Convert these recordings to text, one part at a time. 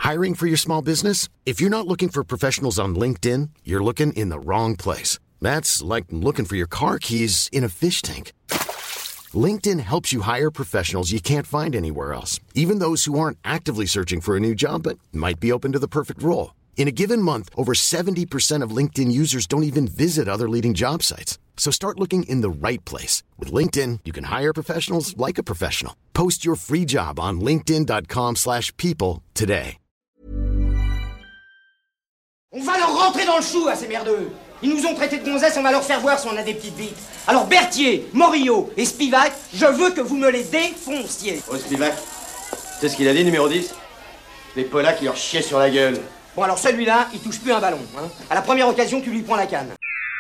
Hiring for your small business? If you're not looking for professionals on LinkedIn, you're looking in the wrong place. That's like looking for your car keys in a fish tank. LinkedIn helps you hire professionals you can't find anywhere else, even those who aren't actively searching for a new job but might be open to the perfect role. In a given month, over 70% of LinkedIn users don't even visit other leading job sites. So start looking in the right place. With LinkedIn, you can hire professionals like a professional. Post your free job on linkedin.com/people today. On va leur rentrer dans le chou à ces merdeux. Ils nous ont traités de gonzesses, on va leur faire voir si on a des petites vites. Alors Berthier, Morillo et Spivak, je veux que vous me les défonciez. Oh Spivak, c'est ce qu'il a dit, numéro 10 ? Les Polacks, qui leur chiaient sur la gueule. Bon alors celui-là, il touche plus un ballon. Hein. À la première occasion, tu lui prends la canne.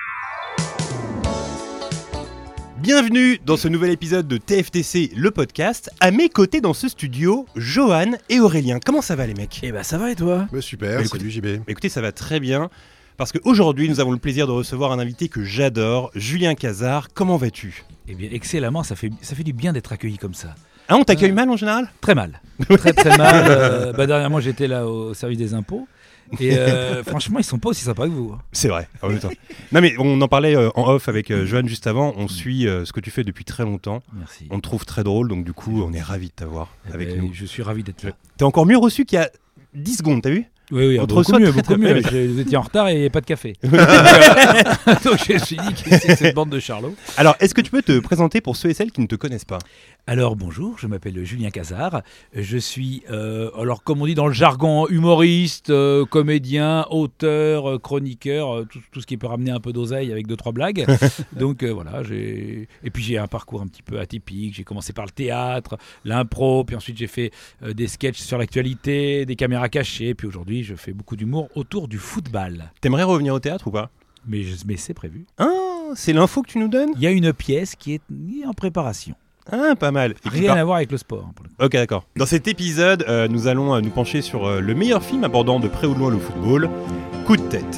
Bienvenue dans ce nouvel épisode de TFTC, le podcast. À mes côtés dans ce studio, Johan et Aurélien. Comment ça va les mecs ? Eh ben ça va et toi ? Super, salut JB. Écoutez, ça va très bien. Parce qu'aujourd'hui, nous avons le plaisir de recevoir un invité que j'adore, Julien Cazard. Comment vas-tu ? Eh bien excellemment, ça fait du bien d'être accueilli comme ça. Ah, on t'accueille mal en général ? Très mal. Très mal. Dernièrement, j'étais là au service des impôts. Et franchement, ils sont pas aussi sympas que vous. C'est vrai, en même temps. Non mais on en parlait en off avec Johan juste avant. On suit ce que tu fais depuis très longtemps. Merci. On te trouve très drôle, donc du coup, on est ravis de t'avoir avec nous. Je suis ravi d'être là. T'es encore mieux reçu qu'il y a 10 secondes, t'as vu ? Oui, beaucoup mieux. Vous étiez en retard et pas de café. Donc je me suis dit que c'est cette bande de charlots. Alors, est-ce que tu peux te présenter pour ceux et celles qui ne te connaissent pas ? Alors bonjour, je m'appelle Julien Cazard. Je suis, alors comme on dit dans le jargon, humoriste, comédien, auteur, chroniqueur, tout ce qui peut ramener un peu d'oseille avec 2-3 blagues. Donc voilà, et puis j'ai un parcours un petit peu atypique. J'ai commencé par le théâtre, l'impro, puis ensuite j'ai fait des sketchs sur l'actualité, des caméras cachées, puis aujourd'hui je fais beaucoup d'humour autour du football. T'aimerais revenir au théâtre ou pas ? Mais c'est prévu. Ah, c'est l'info que tu nous donnes ? Il y a une pièce qui est en préparation. Ah, pas mal. Rien à voir avec le sport. Pour le coup. Ok, d'accord. Dans cet épisode, nous allons nous pencher sur le meilleur film abordant de près ou de loin le football, Coup de tête.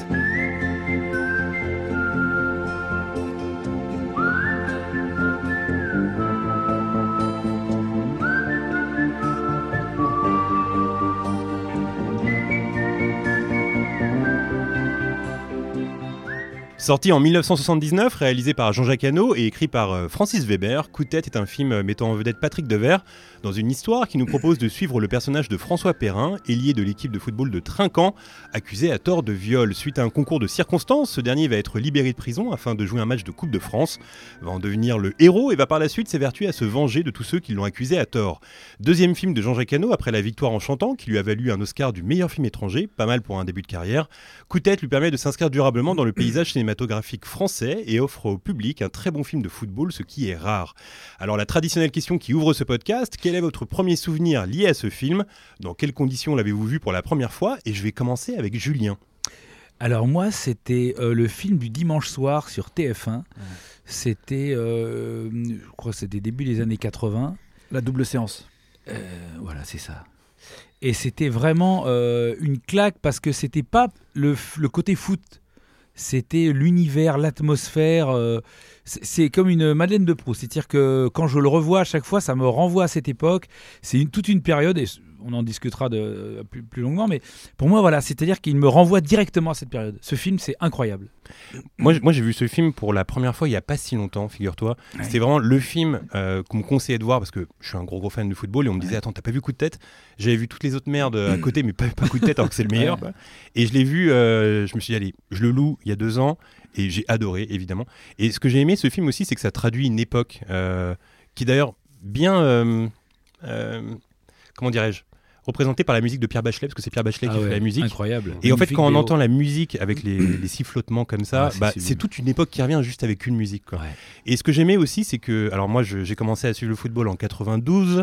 Sorti en 1979, réalisé par Jean-Jacques Hano et écrit par Francis Weber, Coup de tête est un film mettant en vedette Patrick Devers dans une histoire qui nous propose de suivre le personnage de François Perrin, ailier de l'équipe de football de Trinquant, accusé à tort de viol. Suite à un concours de circonstances, ce dernier va être libéré de prison afin de jouer un match de Coupe de France, va en devenir le héros et va par la suite s'évertuer à se venger de tous ceux qui l'ont accusé à tort. Deuxième film de Jean-Jacques Hano après La Victoire en chantant, qui lui a valu un Oscar du meilleur film étranger, pas mal pour un début de carrière. Coup de tête lui permet de s'inscrire durablement dans le paysage cinématographique français et offre au public un très bon film de football, ce qui est rare. Alors la traditionnelle question qui ouvre ce podcast, quel est votre premier souvenir lié à ce film ? Dans quelles conditions l'avez-vous vu pour la première fois ? Et je vais commencer avec Julien. Alors moi, c'était le film du dimanche soir sur TF1. C'était, je crois que c'était début des années 80. La double séance. Voilà, c'est ça. Et c'était vraiment une claque parce que c'était pas le côté foot. C'était l'univers, l'atmosphère. C'est comme une Madeleine de Proust. C'est-à-dire que quand je le revois à chaque fois, ça me renvoie à cette époque. C'est toute une période, et on en discutera plus longuement, mais pour moi, voilà, c'est-à-dire qu'il me renvoie directement à cette période. Ce film, c'est incroyable. Moi, j'ai vu ce film pour la première fois il n'y a pas si longtemps, figure-toi. Ouais. C'était vraiment le film qu'on me conseillait de voir parce que je suis un gros fan de football et on me disait attends, t'as pas vu Coup de tête ? J'avais vu toutes les autres merdes à côté, mais pas Coup de tête alors que c'est le meilleur. Quoi. Et je l'ai vu, je me suis dit allez, je le loue il y a 2 ans et j'ai adoré évidemment. Et ce que j'ai aimé ce film aussi, c'est que ça traduit une époque qui d'ailleurs bien, comment dirais-je ? Représenté par la musique de Pierre Bachelet, parce que c'est Pierre Bachelet qui fait la musique. Incroyable. Et en fait, quand on entend la musique avec les sifflotements comme ça, c'est toute une époque qui revient juste avec une musique. Quoi. Ouais. Et ce que j'aimais aussi, c'est que... Alors moi, j'ai commencé à suivre le football en 92.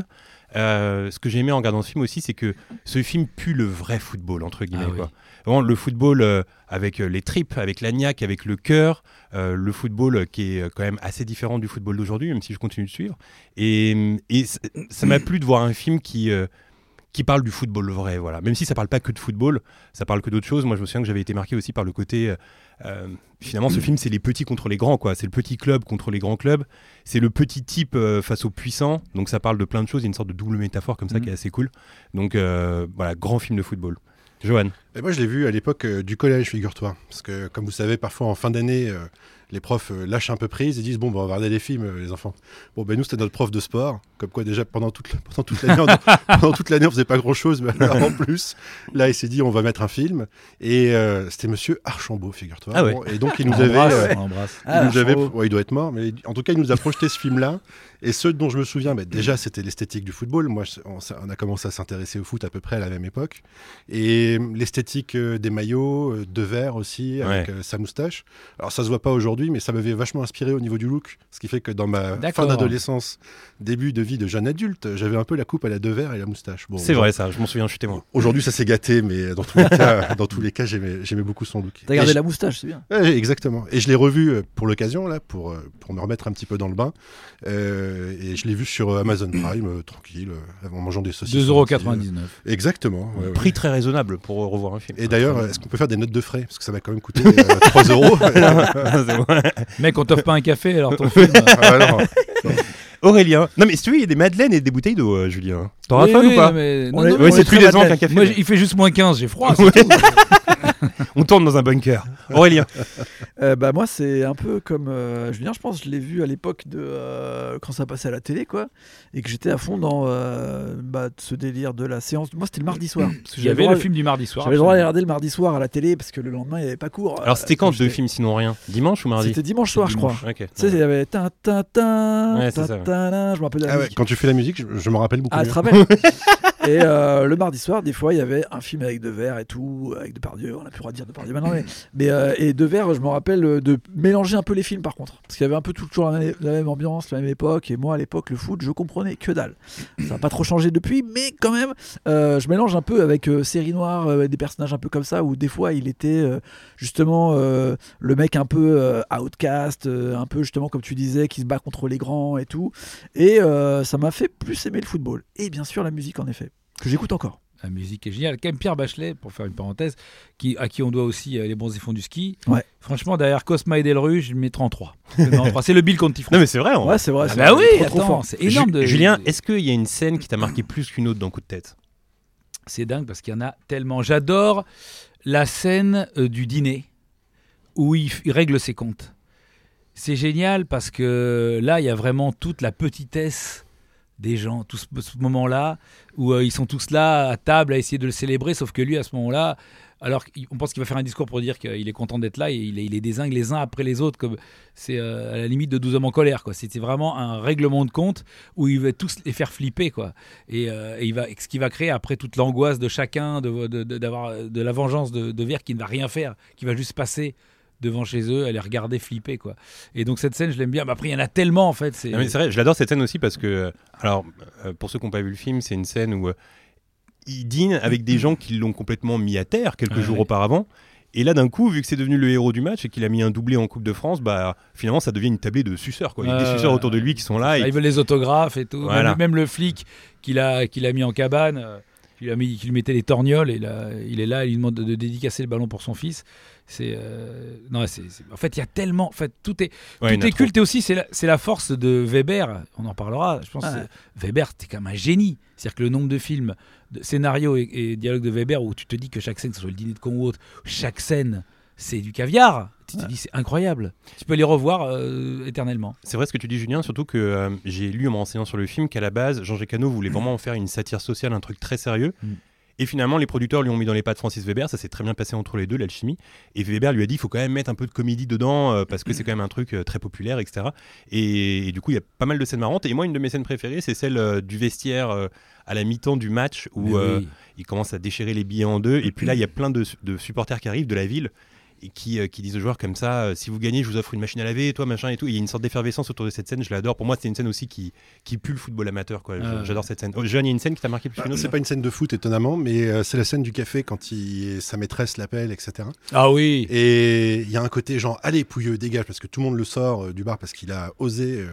Ce que j'ai aimé en regardant ce film aussi, c'est que ce film pue le vrai football, entre guillemets. Quoi. Vraiment, le football avec les tripes, avec la niaque, avec le cœur. Le football qui est quand même assez différent du football d'aujourd'hui, même si je continue de suivre. Et ça m'a plu de voir un film qui qui parle du football vrai, voilà. Même si ça parle pas que de football, ça parle que d'autres choses. Moi, je me souviens que j'avais été marqué aussi par le côté. Finalement, ce film, c'est les petits contre les grands, quoi. C'est le petit club contre les grands clubs. C'est le petit type face aux puissants. Donc, ça parle de plein de choses. Il y a une sorte de double métaphore comme ça qui est assez cool. Donc, voilà, grand film de football. Johan. Et moi, je l'ai vu à l'époque du collège, figure-toi. Parce que, comme vous savez, parfois en fin d'année, les profs lâchent un peu prise et disent bon, on va regarder les films, les enfants. Bon, ben nous, c'était notre prof de sport. Comme quoi, déjà, pendant toute l'année, on faisait pas grand-chose. Mais alors, en plus, là, il s'est dit on va mettre un film. Et c'était monsieur Archambault, figure-toi. Ah ouais. Bon, et donc, il nous avait. Il doit être mort. Mais en tout cas, il nous a projeté ce film-là. Et ce dont je me souviens, déjà, c'était l'esthétique du football. Moi, on a commencé à s'intéresser au foot à peu près à la même époque. Et l'esthétique des maillots, de verre aussi, avec sa moustache. Alors, ça se voit pas aujourd'hui, mais ça m'avait vachement inspiré au niveau du look. Ce qui fait que dans ma fin d'adolescence, début de vie de jeune adulte, j'avais un peu la coupe à la de verre et la moustache. Bon, c'est vrai, ça, je m'en souviens, je suis témoin. Aujourd'hui, ça s'est gâté, mais dans tous les cas, j'aimais beaucoup son look. T'as gardé la moustache, c'est bien. Exactement. Et je l'ai revu pour l'occasion, là, pour me remettre un petit peu dans le bain. Et je l'ai vu sur Amazon Prime, tranquille, en mangeant des saucisses. 2,99 €. Exactement. Prix très raisonnable pour revoir un film. Et d'ailleurs, est-ce qu'on peut faire des notes de frais ? Parce que ça m'a quand même coûté 3 €. Mec, on t'offre pas un café, alors ton film. Aurélien. Non, mais si tu veux, il y a des madeleines et des bouteilles d'eau, Julien. T'en raffales ou pas ? Non, c'est plus décevant qu'un café. Moi, il fait juste moins 15, j'ai froid. C'est tout. On tourne dans un bunker. Aurélien. Moi, c'est un peu comme Julien, je pense. Je l'ai vu à l'époque de quand ça passait à la télé, quoi, et que j'étais à fond dans ce délire de la séance. Moi, c'était le mardi soir. Parce que Il y avait le film du mardi soir. J'avais le droit de regarder le mardi soir à la télé parce que le lendemain, il n'y avait pas cours. Alors, c'était quand deux films, sinon rien ? Dimanche ou mardi ? C'était dimanche soir, je crois. Okay. Tu sais, il y avait je me rappelle de la musique. Quand tu fais la musique, je me rappelle beaucoup. Ah, tu te rappelles ? Et le mardi soir, des fois, il y avait un film avec Devers et tout, avec Depardieu. On n'a plus le droit de dire Depardieu maintenant, mais et Devers, je me rappelle de mélanger un peu les films par contre, parce qu'il y avait un peu toujours la même ambiance, la même époque. Et moi, à l'époque, le foot, je comprenais que dalle. Ça n'a pas trop changé depuis, mais quand même, je mélange un peu avec Série Noire, des personnages un peu comme ça, où des fois, il était justement le mec un peu outcast, un peu justement comme tu disais, qui se bat contre les grands et tout. Et ça m'a fait plus aimer le football. Et bien sûr, la musique, en effet, que j'écoute encore. La musique est géniale. Quand même Pierre Bachelet, pour faire une parenthèse, à qui on doit aussi les bons et fonds du ski. Ouais. Franchement, derrière Cosma et Delru, je le mettrai en 3. C'est le Bill Conti. Non, mais c'est vrai. Ouais, c'est vrai. Ah bah oui, trop fort. C'est énorme. Julien, est-ce qu'il y a une scène qui t'a marqué plus qu'une autre dans Coup de tête ? C'est dingue parce qu'il y en a tellement. J'adore la scène du dîner où il règle ses comptes. C'est génial parce que là, il y a vraiment toute la petitesse des gens, tout ce moment-là où ils sont tous là à table à essayer de le célébrer, sauf que lui, à ce moment-là, alors on pense qu'il va faire un discours pour dire qu'il est content d'être là et il les dézingue les uns après les autres, comme c'est à la limite de 12 hommes en colère, quoi. C'était vraiment un règlement de compte où il va tous les faire flipper, quoi. Et ce qui va créer après toute l'angoisse de chacun d'avoir de la vengeance de Vert qui ne va rien faire, qui va juste passer devant chez eux, à les regarder flipper, quoi. Et donc cette scène, je l'aime bien. Mais après, il y en a tellement, en fait. Non, mais c'est vrai, je l'adore cette scène aussi parce que, alors, pour ceux qui n'ont pas vu le film, c'est une scène où il dîne avec des gens qui l'ont complètement mis à terre quelques jours auparavant. Et là, d'un coup, vu que c'est devenu le héros du match et qu'il a mis un doublé en Coupe de France, finalement, ça devient une tablée de suceurs, quoi. Il y a des suceurs autour de lui qui sont là. Ils veulent les autographes et tout. Voilà. Même le flic qu'il a mis en cabane, qui lui mettait les torgnoles, et là, il est là, il lui demande de dédicacer le ballon pour son fils. En fait, il y a tellement. En fait, tout est culte. Et aussi, c'est la force de Weber. On en parlera. Je pense que Weber, c'était quand même un génie. C'est-à-dire que le nombre de films, de scénarios et dialogues de Weber où tu te dis que chaque scène, que ce soit le dîner de con ou autre, chaque scène, c'est du caviar. Tu te dis, c'est incroyable. Tu peux les revoir éternellement. C'est vrai ce que tu dis, Julien, surtout que j'ai lu en me renseignant sur le film qu'à la base, Jean-Jacques Hano voulait vraiment en faire une satire sociale, un truc très sérieux. Et finalement, les producteurs lui ont mis dans les pattes Francis Weber, ça s'est très bien passé entre les deux, l'alchimie. Et Weber lui a dit, il faut quand même mettre un peu de comédie dedans, parce que c'est quand même un truc très populaire, etc. Et du coup, il y a pas mal de scènes marrantes. Et moi, une de mes scènes préférées, c'est celle du vestiaire à la mi-temps du match, où il commence à déchirer les billets en deux. Et puis là, il y a plein de supporters qui arrivent de la ville. qui disent aux joueurs comme ça, si vous gagnez, je vous offre une machine à laver, toi machin et tout. Il y a une sorte d'effervescence autour de cette scène, je l'adore. Pour moi, c'est une scène aussi qui pue le football amateur, quoi. J'adore cette scène. Jeanne, il y a une scène qui t'a marqué plus qu'une autre? C'est pas une scène de foot étonnamment, mais c'est la scène du café quand sa maîtresse l'appelle, etc. Ah oui. Et il y a un côté genre allez Pouilleux, dégage, parce que tout le monde le sort du bar parce qu'il a osé,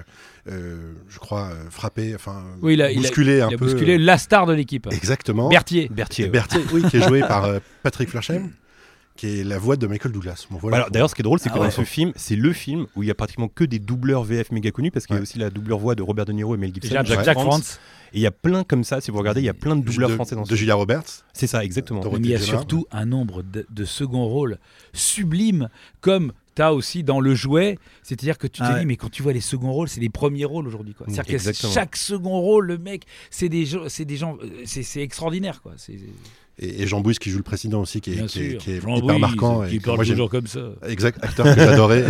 je crois, frapper, enfin bousculer un peu. Bousculé la star de l'équipe. Exactement. Berthier, oui, qui est joué par Patrick Flersheim, qui est la voix de Michael Douglas. Bon, voilà. Alors, d'ailleurs, ce qui est drôle, c'est que dans ce film, c'est le film où il y a pratiquement que des doubleurs VF méga connus, parce qu'il y a aussi la doubleur voix de Robert De Niro et Mel Gibson, Jack France. Et il y a plein comme ça, si vous regardez, il y a plein de doubleurs français dans ce film. De Julia Roberts. C'est ça, exactement. Mais il y a surtout un nombre de second rôles sublimes, comme t'as aussi dans Le Jouet, c'est-à-dire que tu te dis, mais quand tu vois les seconds rôles, c'est les premiers rôles aujourd'hui, quoi. C'est-à-dire que chaque second rôle, le mec, c'est des gens, c'est extraordinaire, quoi. Et Jean Bouys qui joue le président aussi, qui est Jean hyper marquant. Qui parle toujours comme ça. Exact, acteur que j'adorais.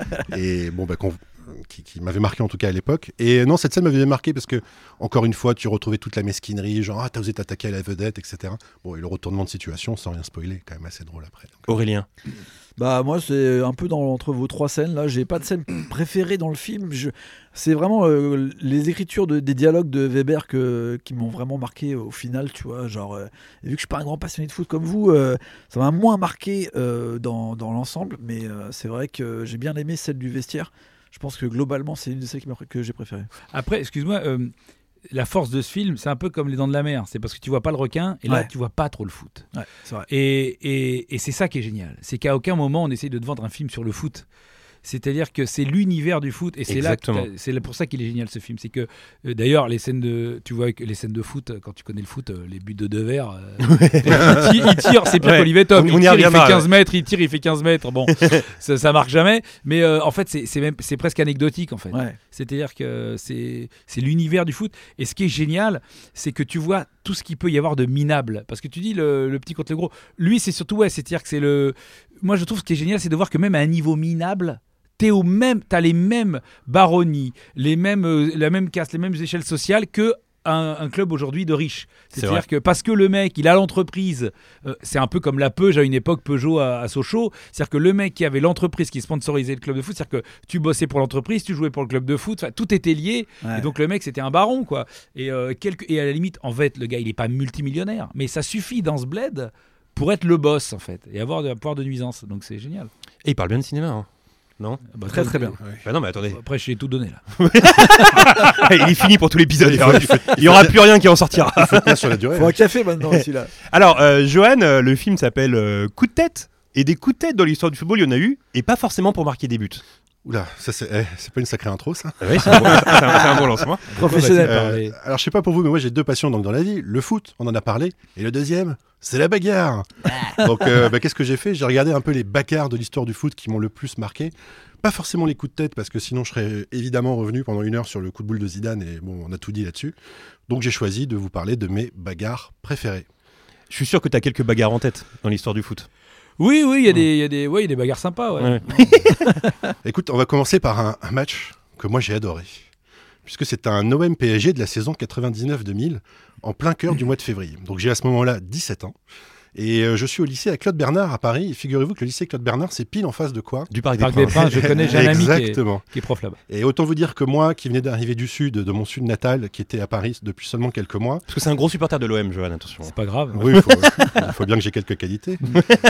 et bon, qui m'avait marqué en tout cas à l'époque. Et non, cette scène m'avait marqué parce que, encore une fois, tu retrouvais toute la mesquinerie, genre, t'as osé t'attaquer à la vedette, etc. Bon, et le retournement de situation, sans rien spoiler, quand même assez drôle après. Donc, Aurélien. Bah moi c'est un peu entre vos trois scènes là, j'ai pas de scène préférée dans le film, c'est vraiment les écritures des dialogues de Weber qui m'ont vraiment marqué au final, tu vois, genre et vu que je suis pas un grand passionné de foot comme vous, ça m'a moins marqué dans l'ensemble, mais c'est vrai que j'ai bien aimé celle du vestiaire. Je pense que globalement c'est une de celles que j'ai préférées. Après, excuse-moi, la force de ce film, c'est un peu comme Les Dents de la Mer. C'est parce que tu vois pas le requin et là, tu vois pas trop le foot. Ouais, c'est vrai. Et c'est ça qui est génial. C'est qu'à aucun moment, on essaye de te vendre un film sur le foot. C'est-à-dire que c'est l'univers du foot et c'est pour ça qu'il est génial ce film. C'est que d'ailleurs les scènes les scènes de foot, quand tu connais le foot, les buts de Devers, il tire, c'est pire qu'Olivier Tom. Il fait 15 mètres, il fait 15 mètres. Bon, ça marque jamais. Mais en fait, c'est presque anecdotique en fait. Ouais. C'est-à-dire que c'est l'univers du foot. Et ce qui est génial, c'est que tu vois tout ce qu'il peut y avoir de minable. Parce que tu dis le petit contre le gros. Lui, c'est surtout c'est-à-dire que c'est le. Moi, je trouve ce qui est génial, c'est de voir que même à un niveau minable. T'as les mêmes baronnies, la même caste, les mêmes échelles sociales que un club aujourd'hui de riches. C'est-à-dire que parce que le mec, il a l'entreprise, c'est un peu comme la Peugeot à une époque, Peugeot à Sochaux. C'est-à-dire que le mec qui avait l'entreprise qui sponsorisait le club de foot, c'est-à-dire que tu bossais pour l'entreprise, tu jouais pour le club de foot, tout était lié. Ouais. Et donc le mec, c'était un baron, quoi. Et à la limite, en fait, le gars, il n'est pas multimillionnaire, mais ça suffit dans ce bled pour être le boss, en fait, et avoir un pouvoir de nuisance. Donc c'est génial. Et il parle bien de cinéma, hein. Non, très très bien. Ouais. Bah non, mais attendez. Après, je t'ai tout donné là. Il est fini pour tout l'épisode. Il n'y aura plus rien qui en sortira. Il sur la durée. Faut un café maintenant aussi là. Alors, Johan, le film s'appelle Coup de tête. Et des coups de tête dans l'histoire du football, il y en a eu, et pas forcément pour marquer des buts. Oula, ça c'est pas une sacrée intro ça. Oui, c'est un bon lancement. Professionnel. Alors je sais pas pour vous, mais moi j'ai deux passions donc dans la vie. Le foot, on en a parlé, et le deuxième, c'est la bagarre. Donc qu'est-ce que j'ai fait ? J'ai regardé un peu les bagarres de l'histoire du foot qui m'ont le plus marqué. Pas forcément les coups de tête, parce que sinon je serais évidemment revenu pendant 1 heure sur le coup de boule de Zidane, et bon, on a tout dit là-dessus. Donc j'ai choisi de vous parler de mes bagarres préférées. Je suis sûr que tu as quelques bagarres en tête dans l'histoire du foot. Oui, il y a des bagarres sympas. Ouais. Écoute, on va commencer par un match que moi j'ai adoré. Puisque c'est un OM PSG de la saison 99-2000, en plein cœur du mois de février. Donc j'ai à ce moment-là 17 ans. Et je suis au lycée à Claude Bernard à Paris. Et figurez-vous que le lycée Claude Bernard, c'est pile en face de quoi ? Du Parc des Princes. Je connais, j'ai un ami qui est prof là-bas. Et autant vous dire que moi, qui venais d'arriver du sud, de mon sud natal, qui était à Paris depuis seulement quelques mois... Parce que c'est un gros supporter de l'OM, Johan, attention. C'est pas grave. Oui, il faut bien que j'ai quelques qualités.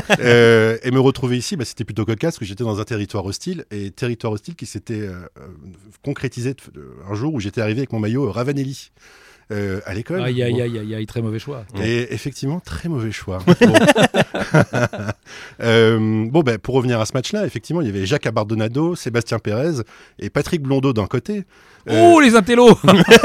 Et me retrouver ici, c'était plutôt cocasse, parce que j'étais dans un territoire hostile. Et territoire hostile qui s'était concrétisé un jour où j'étais arrivé avec mon maillot Ravanelli. À l'école. Aïe, très mauvais choix. Et effectivement, très mauvais choix. Pour revenir à ce match-là, effectivement, il y avait Jacques Abardonado, Sébastien Pérez et Patrick Blondeau d'un côté. Oh, les intellos.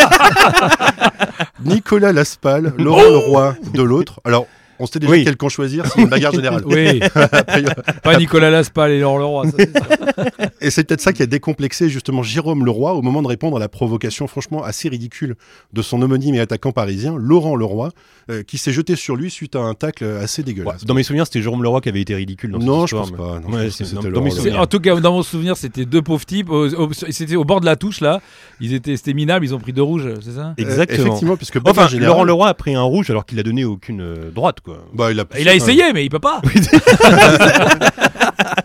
Nicolas Laspal, Laurent Leroy de l'autre. Alors, on sait déjà quel camp choisir, c'est une bagarre générale. Oui. Pas Nicolas Laspal et Laurent Leroy. Ça, c'est sûr. Et c'est peut-être ça qui a décomplexé justement Jérôme Leroy au moment de répondre à la provocation franchement assez ridicule de son homonyme et attaquant parisien, Laurent Leroy, qui s'est jeté sur lui suite à un tacle assez dégueulasse. Ouais, dans mes souvenirs, c'était Jérôme Leroy qui avait été ridicule dans cette histoire. Je pense pas. Non, en tout cas, dans mon souvenir, c'était deux pauvres types. C'était au bord de la touche là. C'était minable. Ils ont pris 2 rouges, c'est ça ? Exactement. Effectivement, puisque Laurent Leroy a pris un rouge alors qu'il a donné aucune droite, quoi. Il a essayé, mais il peut pas.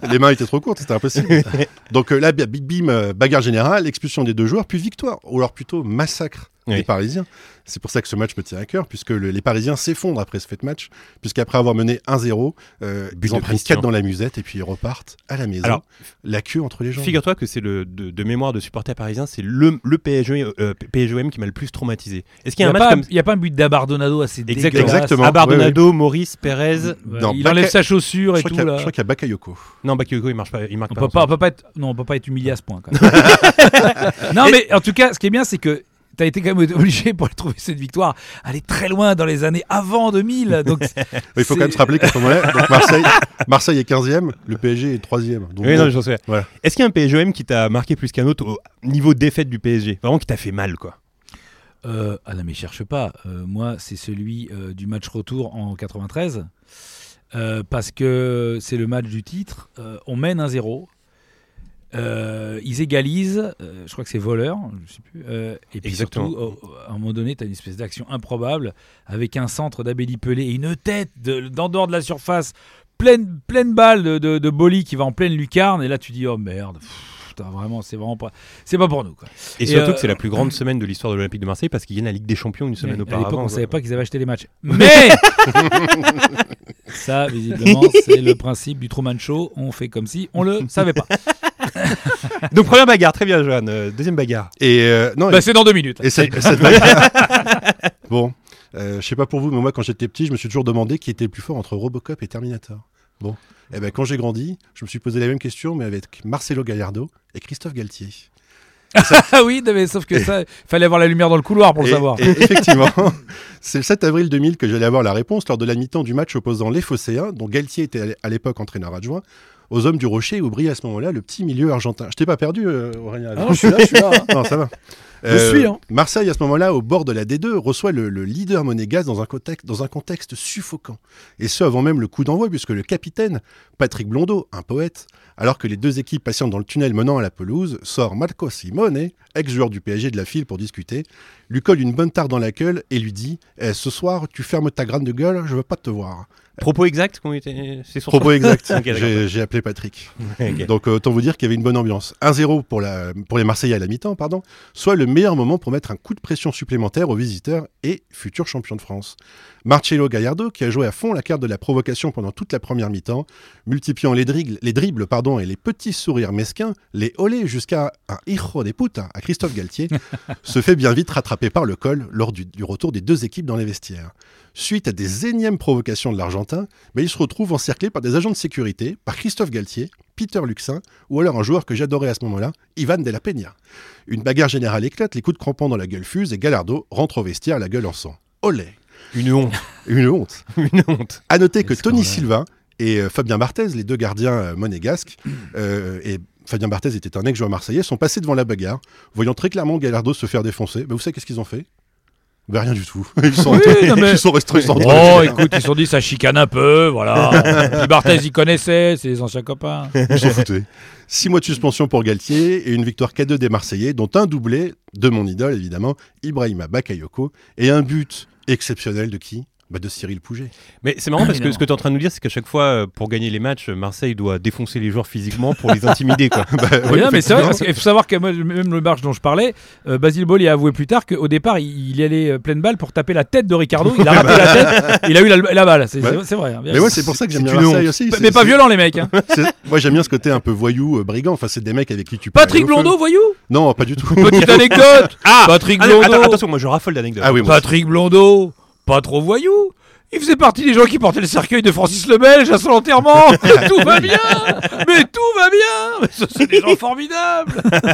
Les mains étaient trop courtes, c'était impossible. Donc là, big bim, bagarre générale, expulsion des 2 joueurs, puis victoire. Ou alors plutôt massacre des Parisiens. C'est pour ça que ce match me tient à cœur, puisque les Parisiens s'effondrent après ce fait de match, puisqu'après avoir mené 1-0, ils en prennent 4 dans la musette et puis ils repartent à la maison. Alors, la queue entre les jambes. Figure-toi que c'est de mémoire de supporters parisiens, c'est le PSGOM qui m'a le plus traumatisé. Est-ce qu'il y a un match comme... Il n'y a pas un but d'Abardonado assez dégueulasse. Exactement. Abardonado, Maurice, Pérez. Il enlève sa chaussure et tout. Je crois qu'il y a Bakayoko. Non, Bakayoko, il marque pas. On peut pas être humilié à ce point. Quand même. Non, mais en tout cas, ce qui est bien, c'est que t'as été quand même obligé pour trouver cette victoire aller très loin dans les années avant 2000. Donc il faut quand même se rappeler qu'à ce moment-là, donc Marseille est 15e, le PSG est 3e. Donc oui, non, j'en sais. Voilà. Est-ce qu'il y a un PSGOM qui t'a marqué plus qu'un autre au niveau défaite du PSG ? Vraiment qui t'a fait mal, quoi. Ah non, mais cherche pas. Moi, c'est celui du match retour en 93. Parce que c'est le match du titre. On mène 1-0. Ils égalisent, je crois que c'est voleur, je sais plus. Et puis surtout, à un moment donné, tu as une espèce d'action improbable avec un centre d'Abélie Pelé et une tête d'en dehors de la surface, pleine balle de Boli qui va en pleine lucarne. Et là, tu dis oh merde. Vraiment, c'est pas pour nous, quoi. Et surtout que c'est la plus grande semaine de l'histoire de l'Olympique de Marseille parce qu'ils gagnent la Ligue des Champions une semaine auparavant. À l'époque, on savait pas qu'ils avaient acheté les matchs. Mais ça, visiblement, c'est le principe du Truman Show. On fait comme si on le savait pas. Donc première bagarre, très bien, Johan. Deuxième bagarre. C'est dans 2 minutes. Et cette bagarre. Bon, je sais pas pour vous, mais moi, quand j'étais petit, je me suis toujours demandé qui était le plus fort entre Robocop et Terminator. Bon. Eh ben, quand j'ai grandi, je me suis posé la même question, mais avec Marcelo Gallardo et Christophe Galtier. Ah oui, mais sauf que ça, il fallait avoir la lumière dans le couloir pour le savoir. Et effectivement, c'est le 7 avril 2000 que j'allais avoir la réponse lors de la mi-temps du match opposant les Phocéens, dont Galtier était à l'époque entraîneur adjoint, aux Hommes du Rocher, où brille à ce moment-là le petit milieu argentin. Je t'ai pas perdu, Aurélien. Non, je suis là. Non, ça va. Je suis. Marseille, à ce moment-là, au bord de la D2, reçoit le leader monégasque dans un contexte suffocant. Et ce, avant même le coup d'envoi, puisque le capitaine, Patrick Blondeau, un poète, alors que les 2 équipes patientent dans le tunnel menant à la pelouse, sort Marco Simone, ex-joueur du PSG de la file pour discuter, lui colle une bonne tarte dans la gueule et lui dit « Ce soir, tu fermes ta grande de gueule, je veux pas te voir. » Propos exacts c'est son Propos exacts. Okay, j'ai appelé Patrick. Okay. Donc autant vous dire qu'il y avait une bonne ambiance. 1-0 pour les Marseillais à la mi-temps, soit le meilleur moment pour mettre un coup de pression supplémentaire aux visiteurs et futurs champions de France. Marcelo Gallardo, qui a joué à fond la carte de la provocation pendant toute la première mi-temps, multipliant les dribbles et les petits sourires mesquins, les olés jusqu'à un hijo de puta à Christophe Galtier, se fait bien vite rattraper par le col lors du retour des 2 équipes dans les vestiaires. Suite à des énièmes provocations de l'Argentin, il se retrouve encerclé par des agents de sécurité, par Christophe Galtier, Peter Luxin, ou alors un joueur que j'adorais à ce moment-là, Ivan de la Peña. Une bagarre générale éclate, les coups de crampon dans la gueule fusent et Gallardo rentre au vestiaire la gueule en sang. Olé. Une honte. Une honte. Une honte. À noter que Tony Silva et Fabien Barthez, les 2 gardiens monégasques, et Fabien Barthez était un ex-joueur marseillais, sont passés devant la bagarre, voyant très clairement Gallardo se faire défoncer. Vous savez qu'est-ce qu'ils ont fait ? Rien du tout. Ils sont restés sans droit. Oh, écoute, ils se sont dit ça chicane un peu, voilà. Puis Barthez, ils connaissaient, c'est les anciens copains. Ils s'en foutaient. 6 mois de suspension pour Galtier et une victoire 4-2 des Marseillais, dont un doublé de mon idole, évidemment, Ibrahima Bakayoko, et un but exceptionnel de qui ? De Cyril Pouget. Mais c'est marrant parce que ce que tu es en train de nous dire, c'est qu'à chaque fois, pour gagner les matchs, Marseille doit défoncer les joueurs physiquement pour les intimider, quoi. Mais c'est vrai, parce qu'il faut savoir que même le match dont je parlais, Basile Boli a avoué plus tard qu'au départ, il y allait pleine balle pour taper la tête de Ricardo. Il a raté la tête, il a eu la balle. C'est vrai. Hein, mais moi, c'est pour ça que j'aime bien Marseille aussi. Mais pas violent, les mecs. Hein. Moi, j'aime bien ce côté un peu voyou, brigand. Enfin, c'est des mecs avec qui tu peux. Patrick Blondeau, voyou ? Non, pas du tout. Petite anecdote. Patrick Blondeau. Attention, moi je raffole d'anecdotes. Patrick Blondeau, pas trop voyou. Il faisait partie des gens qui portaient le cercueil de Francis le Belge à son enterrement. Tout va bien. Mais ça, c'est des gens formidables.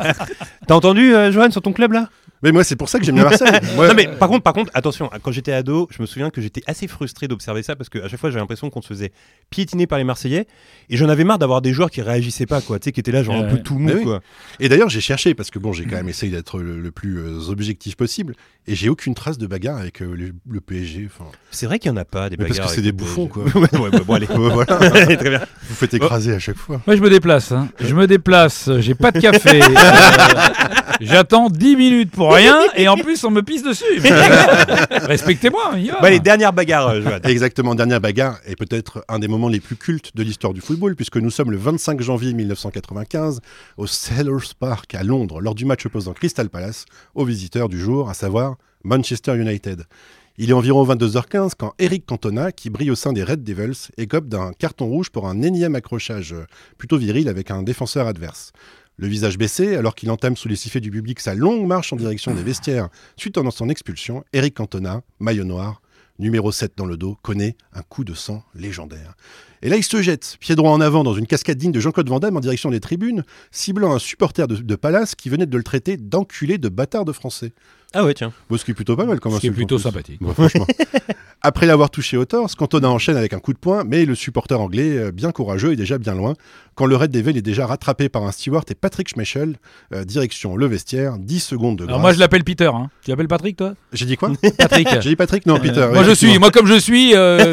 T'as entendu, Johan, sur ton club, là ? Mais moi, c'est pour ça que j'aime bien Marseille. Non, mais par contre, attention, quand j'étais ado, je me souviens que j'étais assez frustré d'observer ça parce qu'à chaque fois, j'avais l'impression qu'on se faisait piétiner par les Marseillais et j'en avais marre d'avoir des joueurs qui réagissaient pas, quoi, tu sais, qui étaient là, genre un peu tout mou, quoi. Et d'ailleurs, j'ai cherché parce que j'ai quand même essayé d'être le plus objectif possible et j'ai aucune trace de bagarre avec le PSG. C'est vrai qu'il y en a pas des bagarres. Parce que c'est des bouffons, quoi. Bon, allez. Voilà. Très bien. Vous faites écraser à chaque fois. Moi, je me déplace. J'ai pas de café. J'attends 10 minutes pour rien et en plus on me pisse dessus. Respectez-moi. Les dernières bagarres, Johan. Exactement, dernière bagarre est peut-être un des moments les plus cultes de l'histoire du football puisque nous sommes le 25 janvier 1995 au Selhurst Park à Londres lors du match opposant Crystal Palace aux visiteurs du jour, à savoir Manchester United. Il est environ 22h15 quand Eric Cantona, qui brille au sein des Red Devils, écope d'un carton rouge pour un énième accrochage plutôt viril avec un défenseur adverse. Le visage baissé, alors qu'il entame sous les sifflets du public sa longue marche en direction des vestiaires suite à son expulsion, Eric Cantona, maillot noir, numéro 7 dans le dos, connaît un coup de sang légendaire. Et là, il se jette, pied droit en avant, dans une cascade digne de Jean-Claude Van Damme en direction des tribunes, ciblant un supporter de Palace qui venait de le traiter d'enculé de bâtard de français. Ah ouais, tiens. Bon, ce qui est plutôt pas mal comme insulte. Ce qui est plutôt sympathique. Bon, franchement. Après l'avoir touché au torse, Cantona enchaîne avec un coup de poing, mais le supporter anglais, bien courageux, est déjà bien loin, quand le Red Devil est déjà rattrapé par un steward et Patrick Schmeichel, direction le vestiaire, 10 secondes de grâce. Alors moi je l'appelle Peter, hein. Tu l'appelles Patrick toi ? J'ai dit quoi ? Patrick. J'ai dit Patrick ? Non, Peter. Moi comme je suis...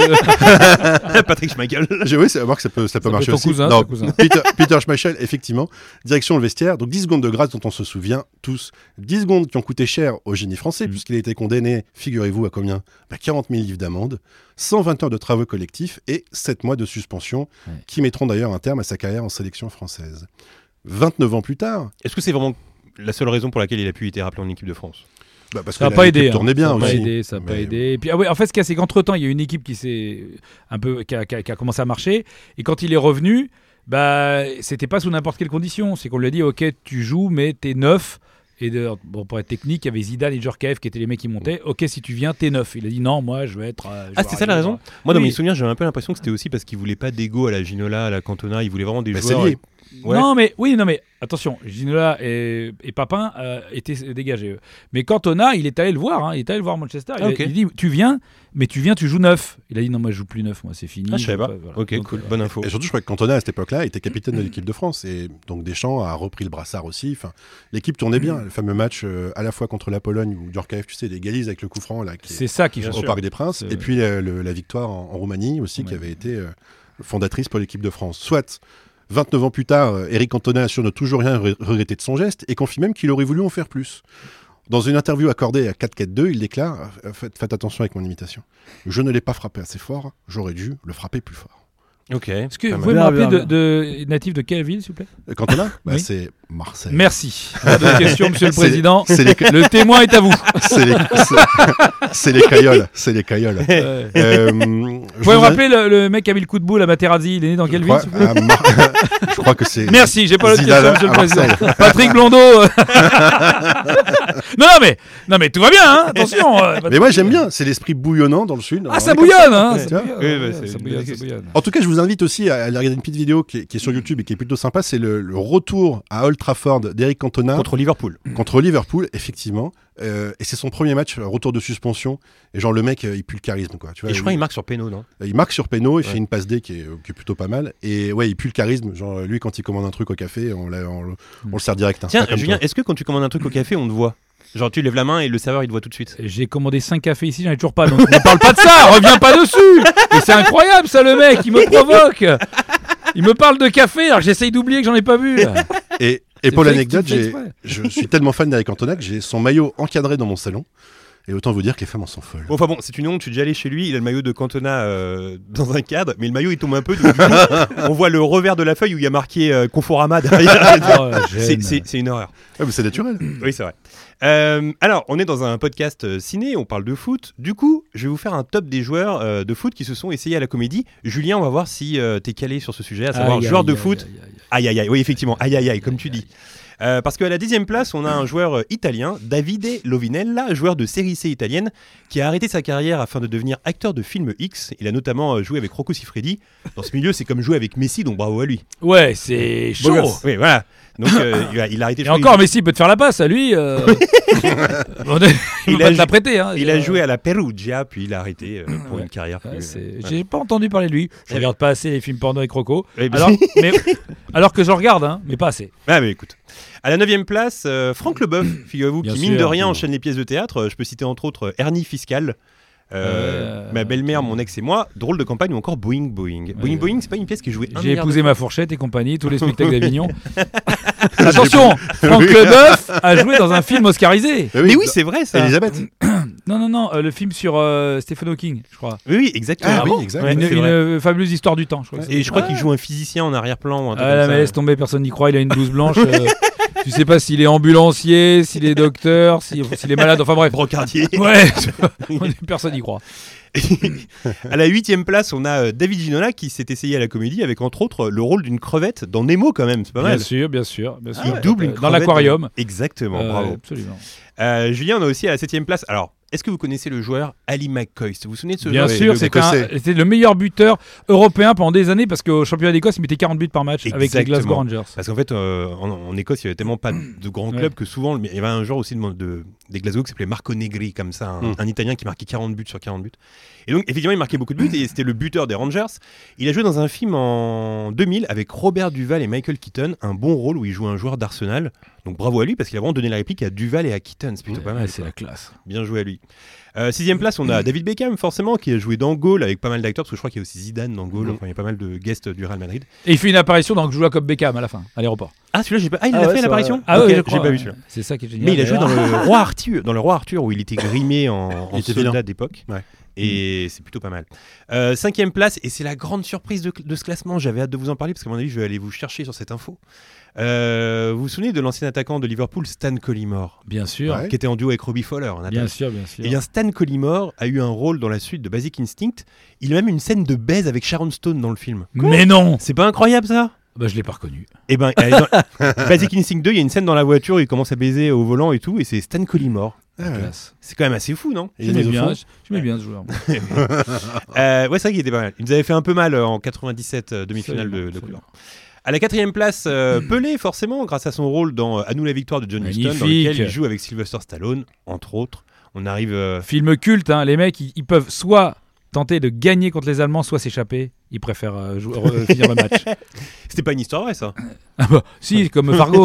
Patrick Schmeichel. Oui, c'est à voir que ça peut marcher aussi. Cousin, non, Peter Schmeichel, effectivement, direction le vestiaire, donc 10 secondes de grâce dont on se souvient tous. 10 secondes qui ont coûté cher au génie français, puisqu'il a été condamné, figurez-vous, à combien ? 40 000 livres d'amende, 120 heures de travaux collectifs et 7 mois de suspension, qui mettront d'ailleurs un terme à sa carrière en sélection française. 29 ans plus tard... Est-ce que c'est vraiment la seule raison pour laquelle il a pu être rappelé en équipe de France ? Parce ça n'a pas aidé. Tournait bien aussi. Ça n'a pas aidé. Et puis, en fait, ce qu'il y a, c'est qu'entre-temps, il y a une équipe qui a commencé à marcher. Et quand il est revenu, c'était pas sous n'importe quelle condition. C'est qu'on lui a dit, ok, tu joues, mais t'es neuf. Et pour être technique, il y avait Zidane et Djorkaeff qui étaient les mecs qui montaient. Ok, si tu viens, t'es neuf. Il a dit non, moi je vais être. C'était ça la raison ? Moi, dans mes souvenirs, j'avais un peu l'impression que c'était aussi parce qu'il voulait pas d'ego à la Ginola, à la Cantona. Il voulait vraiment des joueurs. Ouais. Non mais attention, Ginola et Papin étaient dégagés. Mais Cantona, il est allé le voir. Il est allé le voir Manchester. Il dit tu viens, tu joues neuf. Il a dit non, moi je joue plus neuf, moi c'est fini. Ah, je savais pas. Voilà. Ok, donc, cool, bonne info. Et surtout, je crois que Cantona à cette époque-là était capitaine de l'équipe de France et donc Deschamps a repris le brassard aussi. Enfin, l'équipe tournait bien. Le fameux match à la fois contre la Pologne où Djorkaeff, tu sais, il égalise avec le coup franc là. C'est ça qui au Parc des Princes. Et puis la victoire en Roumanie aussi qui avait été fondatrice pour l'équipe de France. Soit 29 ans plus tard, Eric Cantona assure ne toujours rien regretter de son geste et confie même qu'il aurait voulu en faire plus. Dans une interview accordée à 4-4-2, il déclare « Faites attention avec mon imitation. Je ne l'ai pas frappé assez fort, j'aurais dû le frapper plus fort. » Ok. Est-ce que vous pouvez me rappeler de natif de quelle ville, s'il vous plaît ? Cantona ? C'est Marseille. Merci. Pas de question, Monsieur le Président. Le témoin est à vous. C'est les cailloles. C'est les cailloles. Vous pouvez me rappeler le mec qui a mis le coup de boule à Materazzi, il est né dans quelle ville, s'il vous plaît ? Je crois que c'est... Merci, j'ai pas l'autre question, Monsieur le Président. Patrick Blondeau. Non mais tout va bien, hein, attention. Mais moi j'aime bien, c'est l'esprit bouillonnant dans le sud. Ah, ça bouillonne, hein. Ça bouillonne. En tout cas, je vous invite aussi à aller regarder une petite vidéo qui est sur YouTube et qui est plutôt sympa. C'est le retour à Old Trafford d'Eric Cantona contre Liverpool. Contre Liverpool, effectivement. Et c'est son premier match, retour de suspension. Et genre le mec, il pue le charisme, quoi. Tu vois, et je crois qu'il marque sur péno, non ? Il marque sur péno, il fait une passe D qui est plutôt pas mal. Et ouais, il pue le charisme. Genre lui, quand il commande un truc au café, on le sert direct. Hein. Tiens, Julien, est-ce que quand tu commandes un truc au café, on te voit ? Genre tu lèves la main et le serveur il te voit tout de suite. J'ai commandé 5 cafés ici, j'en ai toujours pas. Donc ne parle pas de ça, reviens pas dessus. Et c'est incroyable ça, le mec, il me provoque. Il me parle de café alors que j'essaye d'oublier que j'en ai pas bu. Et pour l'anecdote, je suis tellement fan d'Eric Cantona que j'ai son maillot encadré dans mon salon. Et autant vous dire que les femmes en sont folles. Bon, enfin bon, c'est une honte, je suis déjà allé chez lui, il a le maillot de Cantona dans un cadre, mais le maillot il tombe un peu, donc, du coup, on voit le revers de la feuille où il y a marqué Conforama derrière. C'est une horreur. Ah, mais c'est naturel. Oui, c'est vrai. Alors, on est dans un podcast ciné, on parle de foot. Du coup, je vais vous faire un top des joueurs de foot qui se sont essayés à la comédie. Julien, on va voir si t'es calé sur ce sujet, à savoir joueur de foot. Aïe, oui, effectivement, comme tu dis. Parce qu'à la 10e place, on a un joueur italien, Davide Lovinella, joueur de série C italienne, qui a arrêté sa carrière afin de devenir acteur de film X. Il a notamment joué avec Rocco Siffredi. Dans ce milieu, c'est comme jouer avec Messi, donc bravo à lui. Ouais, c'est chaud. Oui, voilà. Donc il a arrêté. Et encore, Messi peut te faire la passe à lui. Il va te la prêter. Hein, il a joué à la Perugia, puis il a arrêté pour une carrière. J'ai pas entendu parler de lui. Je regarde pas assez les films porno avec Rocco. Alors que j'en regarde, hein, mais pas assez. Ah, mais écoute. À la 9e place, Franck Leboeuf, figurez-vous, qui mine de rien enchaîne les pièces de théâtre. Je peux citer entre autres Ernie Fiscal, ma belle-mère, mon ex et moi, Drôle de campagne ou encore Boing Boing. Boing Boing, c'est pas une pièce qui est jouée. J'ai épousé ma fourchette et compagnie, tous les spectacles d'Avignon. Attention, Franck Leboeuf a joué dans un film oscarisé. Mais oui, c'est vrai ça. Elisabeth. Non, le film sur Stephen Hawking, je crois. Oui, exactement. Ah oui, exact. Une fabuleuse histoire du temps, je crois. Et je crois qu'il joue un physicien en arrière-plan. Ou un truc Ah comme là, ça. mais laisse tomber, personne n'y croit, il a une blouse blanche. Tu sais pas s'il est ambulancier, s'il est docteur, s'il est malade, enfin bref. Brocardier. Ouais, personne n'y croit. À la 8e place, on a David Ginola qui s'est essayé à la comédie avec entre autres le rôle d'une crevette dans Nemo quand même, c'est pas mal. Bien sûr. Il double une dans crevette l'aquarium. Exactement, bravo. Absolument. Julien, on a aussi à la 7e place. Alors, est-ce que vous connaissez le joueur Ali McCoy? Vous vous souvenez de ce Bien joueur? sûr, c'était le meilleur buteur européen pendant des années parce qu'au championnat d'Écosse, il mettait 40 buts par match avec les Glasgow Rangers. Parce qu'en fait, en Écosse, il n'y avait tellement pas de grands clubs que souvent, il y avait un joueur aussi des Glasgow qui s'appelait Marco Negri, comme ça, un Italien qui marquait 40 buts sur 40 buts. Et donc, effectivement, il marquait beaucoup de buts et c'était le buteur des Rangers. Il a joué dans un film en 2000 avec Robert Duval et Michael Keaton, un bon rôle où il joue un joueur d'Arsenal. Donc bravo à lui parce qu'il a vraiment donné la réplique à Duval et à Keaton. C'est plutôt pas mal. C'est la classe. Bien joué à lui. 6e place, on a David Beckham, forcément, qui a joué dans Gaulle avec pas mal d'acteurs, parce que je crois qu'il y a aussi Zidane dans Gaulle. Enfin, il y a pas mal de guests du Real Madrid. Et il fait une apparition dans Joue comme Beckham à la fin, à l'aéroport. Ah, celui-là, j'ai pas. Ah, il a fait l'apparition. Ah ouais, j'ai pas vu celui-là. C'est ça qui est génial. Mais il a joué dans le Roi Arthur, où il était grimé en soldat d'époque. Ouais. Et c'est plutôt pas mal. 5e place, et c'est la grande surprise de ce classement. J'avais hâte de vous en parler parce qu'à mon avis, je vais aller vous chercher sur cette info. Vous vous souvenez de l'ancien attaquant de Liverpool, Stan Collymore? Bien sûr. Qui était en duo avec Robbie Fowler. Bien sûr. Et bien Stan Collymore a eu un rôle dans la suite de Basic Instinct. Il a même une scène de baise avec Sharon Stone dans le film. Mais non! C'est pas incroyable ça? Bah, je l'ai pas reconnu. Et ben, dans Basic Instinct 2, il y a une scène dans la voiture où il commence à baiser au volant et tout, et c'est Stan Collymore. C'est quand même assez fou, non? Je mets bien ce joueur. Ouais, c'est vrai qu'il était pas mal. Il nous avait fait un peu mal en 97 demi-finale de Coupe d'Or. À la 4e place, Pelé, forcément, grâce à son rôle dans À nous la victoire de John Huston, dans lequel il joue avec Sylvester Stallone, entre autres. On arrive. Film culte, hein. Les mecs, ils peuvent soit tenter de gagner contre les Allemands, soit s'échapper. Ils préfèrent finir le match. C'était pas une histoire vraie, ça? Ah bah, si, comme Fargo.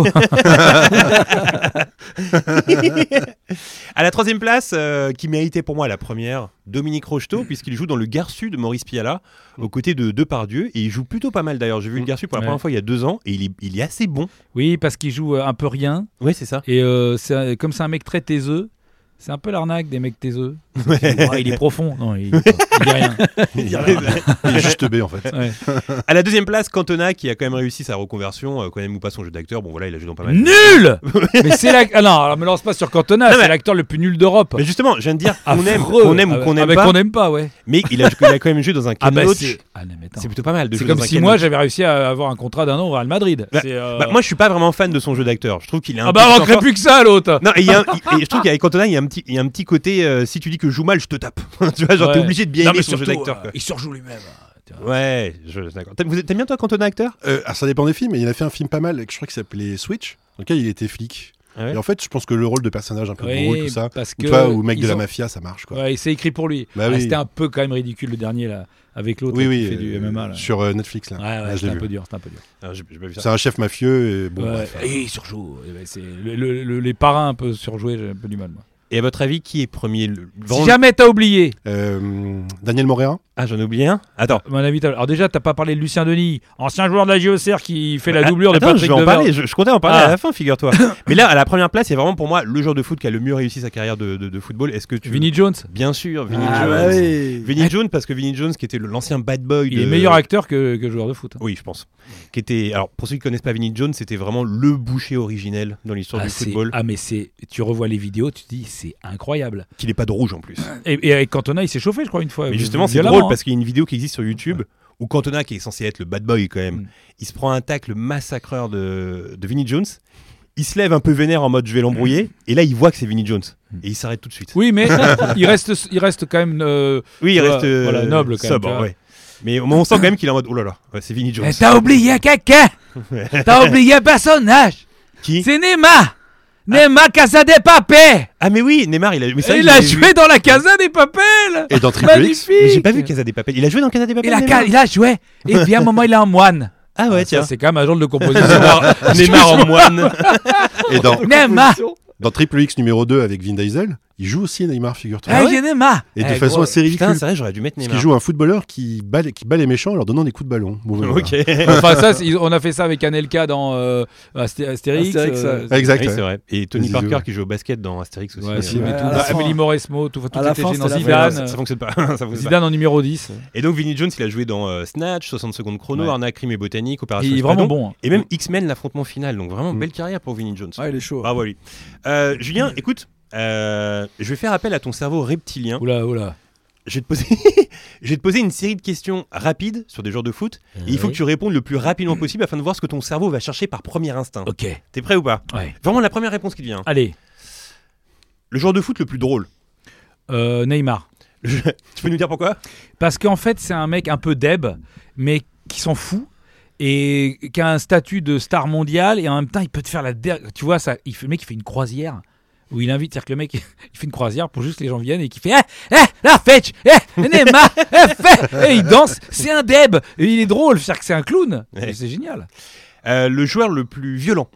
À la 3e place, qui méritait pour moi la première, Dominique Rocheteau, puisqu'il joue dans Le Garçu de Maurice Pialat, aux côtés de Depardieu, et il joue plutôt pas mal d'ailleurs. J'ai vu Le Garçu pour la première fois il y a 2 ans, et il est assez bon. Oui, parce qu'il joue un peu rien. Ouais, c'est ça. Et comme c'est un mec très taiseux, c'est un peu l'arnaque des mecs taiseux. Il est profond. Non, il dit rien. Il est juste B en fait. Ouais. À la 2e place, Cantona qui a quand même réussi sa reconversion, qu'on aime ou pas son jeu d'acteur. Bon voilà, il a joué dans pas mal. Nul. Mais c'est ah non, alors me lance pas sur Cantona, c'est l'acteur le plus nul d'Europe. Mais justement, je viens de dire qu'on aime ou qu'on aime pas. Qu'on n'aime pas, ouais. Mais il a quand même joué dans un Canoche. C'est plutôt pas mal. C'est comme si moi j'avais réussi à avoir un contrat d'un an au Real Madrid. Moi je suis pas vraiment fan de son jeu d'acteur. Je trouve qu'il est un peu. Ah bah manquerait plus que ça l'autre. Non, et je trouve qu'avec Cantona il y a un petit côté si tu dis que je joue mal, je te tape. Tu vois, genre t'es obligé de bien aimer son jeu d'acteur. Il surjoue lui-même. Ouais, d'accord. T'aimes bien toi Cantona acteur? Ça dépend des films, mais il a fait un film pas mal, je crois qu'il s'appelait Switch, dans lequel il était flic. Ah ouais. Et en fait, je pense que le rôle de personnage un peu drôle, tout ça, ou mec de la mafia, ça marche quoi. Ouais, c'est écrit pour lui. C'était un peu quand même ridicule le dernier là, avec l'autre qui fait du MMA là. Sur Netflix là. Ouais, c'était un peu dur. C'est un chef mafieux et bon. Et il surjoue. C'est les parrains un peu surjoués, j'ai un peu du mal moi. Et à votre avis, qui est premier? Si jamais t'as oublié Daniel Moréra. Ah, j'en ai oublié un. Attends. Mon avis, alors déjà, t'as pas parlé de Lucien Denis, ancien joueur de la JOCR qui fait la doublure de Patrick Devers. Je comptais en parler à la fin, figure-toi. Mais là, à la première place, il y a vraiment pour moi le joueur de foot qui a le mieux réussi sa carrière de football. Est-ce que Vinnie Jones? Bien sûr, Vinnie Jones. Oui. Vinnie Jones, parce que Vinnie Jones, qui était l'ancien bad boy. Il est meilleur acteur que joueur de foot. Oui, je pense. Qui était, alors pour ceux qui connaissent pas Vinnie Jones, c'était vraiment le boucher originel dans l'histoire du football. Ah mais tu revois les vidéos, tu te dis c'est incroyable. Qu'il est pas de rouge en plus. Et avec Cantona, il s'est chauffé, je crois, une fois. Mais justement, c'est drôle parce qu'il y a une vidéo qui existe sur YouTube où Cantona, qui est censé être le bad boy quand même, il se prend un tacle massacreur de Vinnie Jones. Il se lève un peu vénère en mode je vais l'embrouiller, et là il voit que c'est Vinnie Jones et il s'arrête tout de suite. Oui, mais il reste quand même. Il reste noble quand sobre, même. Ouais. Mais on sent quand même qu'il est en mode oh là là, c'est Vinnie Jones. T'as oublié quelqu'un. T'as oublié un personnage. Qui? C'est Neymar. Neymar Casa de Papel. Ah mais oui, Neymar il a joué dans la Casa des Papel. Et dans Triple X. Mais j'ai pas vu Casa des Papel. Il a joué dans Casa des Papel. Il a joué. Et puis à un moment il est en moine. Ah ouais, tiens. C'est quand même un genre de composition. Neymar en moine. Et Neymar. dans Triple X numéro 2 avec Vin Diesel, Il joue aussi Neymar, figure-toi. Ah, il y a Neymar. Et de façon assez ridicule. Putain, c'est vrai, j'aurais dû mettre Parce Neymar. qu'il joue un footballeur qui bat les méchants en leur donnant des coups de ballon. Bon, voilà. Ok. Enfin, ça, on a fait ça avec Anelka dans Astérix. Exact. Oui, ouais. c'est vrai. Et Tony Zizou, Parker ouais. qui joue au basket dans Astérix aussi. Ouais, aussi, mais ouais. tout, À la fin- Amélie Mauresmo, tout à la était fin, gênant. c'était Zidane, Ça fonctionne pas. Ça fonctionne pas. Zidane en numéro 10. Et donc Vinnie Jones, il a joué dans Snatch, 60 secondes chrono, Ouais. Arnaque, Crime et Botanique, Opération Il est Espadon, vraiment bon. et même X-Men, l'affrontement final. Donc vraiment Mm. belle carrière pour Vinnie Jones. Ouais, il est chaud. Bravo à lui. Julien, écoute, je vais faire appel à ton cerveau reptilien. Oula. Je vais te poser une série de questions rapides sur des joueurs de foot. Et il faut que tu répondes le plus rapidement possible afin de voir ce que ton cerveau va chercher par premier instinct. Ok. T'es prêt ou pas? Ouais. Vraiment la première réponse qui te vient. Allez. Le joueur de foot le plus drôle. Neymar. Tu peux nous dire pourquoi? Parce qu'en fait, c'est un mec un peu deb, mais qui s'en fout et qui a un statut de star mondial et en même temps, il peut te faire tu vois, ça, le mec, il fait une croisière où il invite, c'est-à-dire que le mec, il fait une croisière pour juste que les gens viennent et qui fait la fetch, Neymar, et il danse, c'est un deb, et il est drôle, c'est-à-dire que c'est un clown, Ouais. c'est génial. Le joueur le plus violent.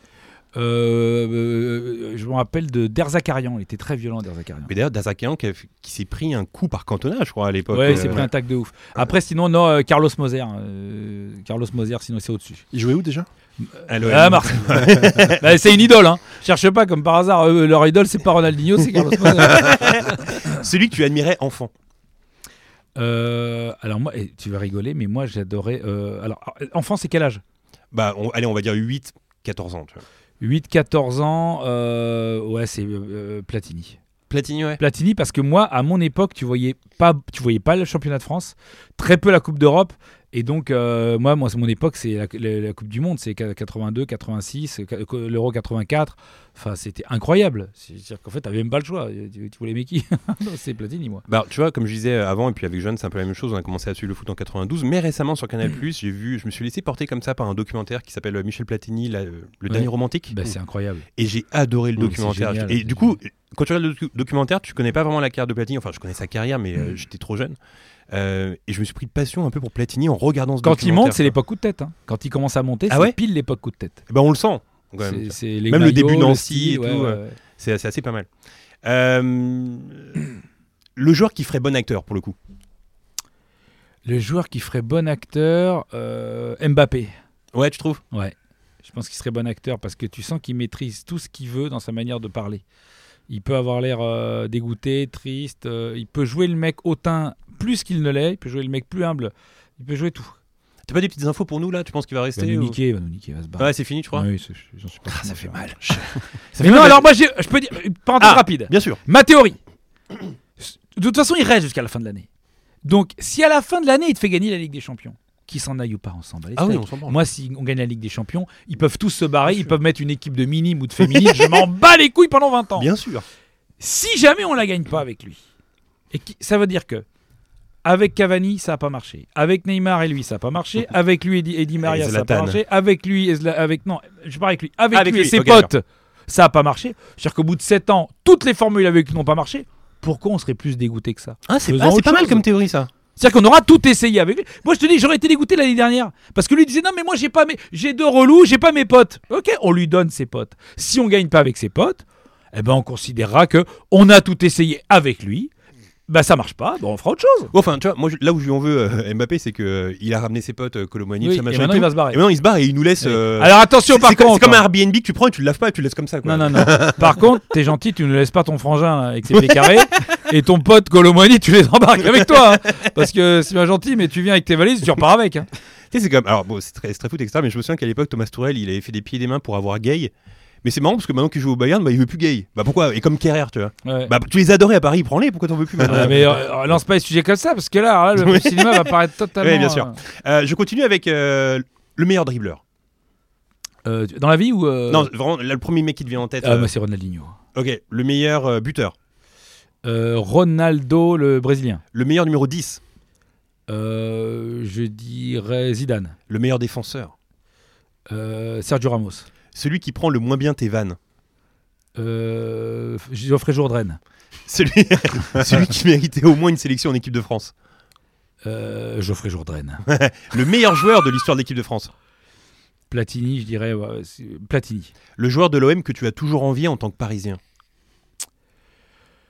Je me rappelle de Derzakarian, il était très violent, Derzakarian. Mais d'ailleurs, Dazakian qui s'est pris un coup par Cantona, je crois, à l'époque. Ouais, il s'est pris un tac de ouf. Après, sinon, non, Carlos Moser. Carlos Moser, sinon c'est au-dessus. Il jouait où déjà? Marseille. Bah, c'est une idole, hein. Cherche pas, comme par hasard, leur idole, c'est pas Ronaldinho, c'est Carlos Moser. Celui que tu admirais enfant. Alors, moi, tu vas rigoler, mais moi, j'adorais. Alors, enfant, c'est quel âge? Bah, on va dire 8-14 ans. Tu vois. 8-14 ans, ouais, c'est Platini. Platini, ouais. Platini, parce que moi, à mon époque, tu voyais pas le championnat de France, très peu la Coupe d'Europe. Et donc, moi, c'est mon époque, c'est la Coupe du Monde, c'est 82, 86, l'Euro 84. Enfin, c'était incroyable. C'est-à-dire qu'en fait, t'avais même pas le choix. Tu voulais aimer qui? Non, c'est Platini, moi. Bah, tu vois, comme je disais avant, et puis avec Jeanne, c'est un peu la même chose. On a commencé à suivre le foot en 92, mais récemment sur Canal+, je me suis laissé porter comme ça par un documentaire qui s'appelle Michel Platini, le dernier romantique. Bah, c'est incroyable. Et j'ai adoré le documentaire. génial, Et c'est du coup, quand tu regardes le documentaire, tu connais pas vraiment la carrière de Platini. Enfin, je connais sa carrière, mais j'étais trop jeune. Et je me suis pris de passion un peu pour Platini en regardant ce Quand documentaire. il monte, c'est l'époque coup de tête. Hein. Quand il commence à monter, c'est pile l'époque coup de tête. Bah, on le sent. Quand même. C'est les Même le maillots, début le Nancy style, et tout. ouais. C'est assez pas mal. Le joueur qui ferait bon acteur pour le coup. Le joueur qui ferait bon acteur, Mbappé. Ouais, tu trouves? Ouais. Je pense qu'il serait bon acteur parce que tu sens qu'il maîtrise tout ce qu'il veut dans sa manière de parler. Il peut avoir l'air dégoûté, triste. Il peut jouer le mec hautain plus qu'il ne l'est. Il peut jouer le mec plus humble. Il peut jouer tout. T'as pas des petites infos pour nous là? Tu penses qu'il va rester? Il va nous niquer, il va se barrer. Ouais, c'est fini, tu crois? Oui, j'en suis pas. Ça fait mal. Mais non, alors moi, je peux dire une parenthèse rapide. Bien sûr. Ma théorie. De toute façon, il reste jusqu'à la fin de l'année. Donc, si à la fin de l'année, il te fait gagner la Ligue des Champions, qu'il s'en aille ou pas, on s'en bat les steaks. Oui, on s'en branle. Moi, si on gagne la Ligue des Champions, ils peuvent tous se barrer, ils peuvent mettre une équipe de minime ou de féminine, je m'en bats les couilles pendant 20 ans. Bien sûr. Si jamais on la gagne pas avec lui, ça veut dire que avec Cavani, ça n'a pas marché. Avec Neymar et lui, ça n'a pas marché. Avec lui et Di Maria, ça n'a pas marché. Avec lui et avec ses potes, ça n'a pas marché. C'est-à-dire qu'au bout de 7 ans, toutes les formules avec lui n'ont pas marché. Pourquoi on serait plus dégoûté que ça? C'est pas mal comme théorie ça. C'est-à-dire qu'on aura tout essayé avec lui. Moi, je te dis, j'aurais été dégoûté l'année dernière. Parce que lui disait, non, mais moi, j'ai deux relous, j'ai pas mes potes. Ok, on lui donne ses potes. Si on gagne pas avec ses potes, eh ben, on considérera que on a tout essayé avec lui. Bah ça marche pas, on fera autre chose. Enfin, tu vois, moi là où je lui en veux Mbappé, c'est que il a ramené ses potes Colomboigny, et maintenant il va se barrer. Et maintenant il se barre et il nous laisse. Alors attention par contre. C'est comme un Airbnb que tu prends et tu le laves pas et tu le laisses comme ça. Quoi. Non. Par contre, t'es gentil, tu ne laisses pas ton frangin là, avec ses pieds carrés et ton pote Colomboigny, tu les embarques avec toi. Hein, parce que c'est bien gentil, mais tu viens avec tes valises, tu repars avec. Hein. Tu sais, c'est comme. Alors bon, c'est très foot etc. Mais je me souviens qu'à l'époque Thomas Tourelle, il avait fait des pieds et des mains pour avoir Gay. Mais c'est marrant parce que maintenant qu'il joue au Bayern, il veut plus Gay. Bah pourquoi? Et comme Kerrer, tu vois. Ouais. Bah tu les adorais à Paris, prends-les, pourquoi t'en veux plus maintenant? Mais lance pas les sujets comme ça parce que là le cinéma va paraître totalement. Oui, bien sûr. Je continue avec le meilleur dribbleur. Dans la vie ou Non, vraiment, là, le premier mec qui te vient en tête. Moi c'est Ronaldinho. Ok, le meilleur buteur. Ronaldo, le Brésilien. Le meilleur numéro 10. Je dirais Zidane. Le meilleur défenseur. Sergio Ramos. Celui qui prend le moins bien tes vannes. Geoffrey Jourdain. Celui qui méritait au moins une sélection en équipe de France. Geoffrey Jourdain. Le meilleur joueur de l'histoire de l'équipe de France. Platini, je dirais Platini. Le joueur de l'OM que tu as toujours envié en tant que Parisien.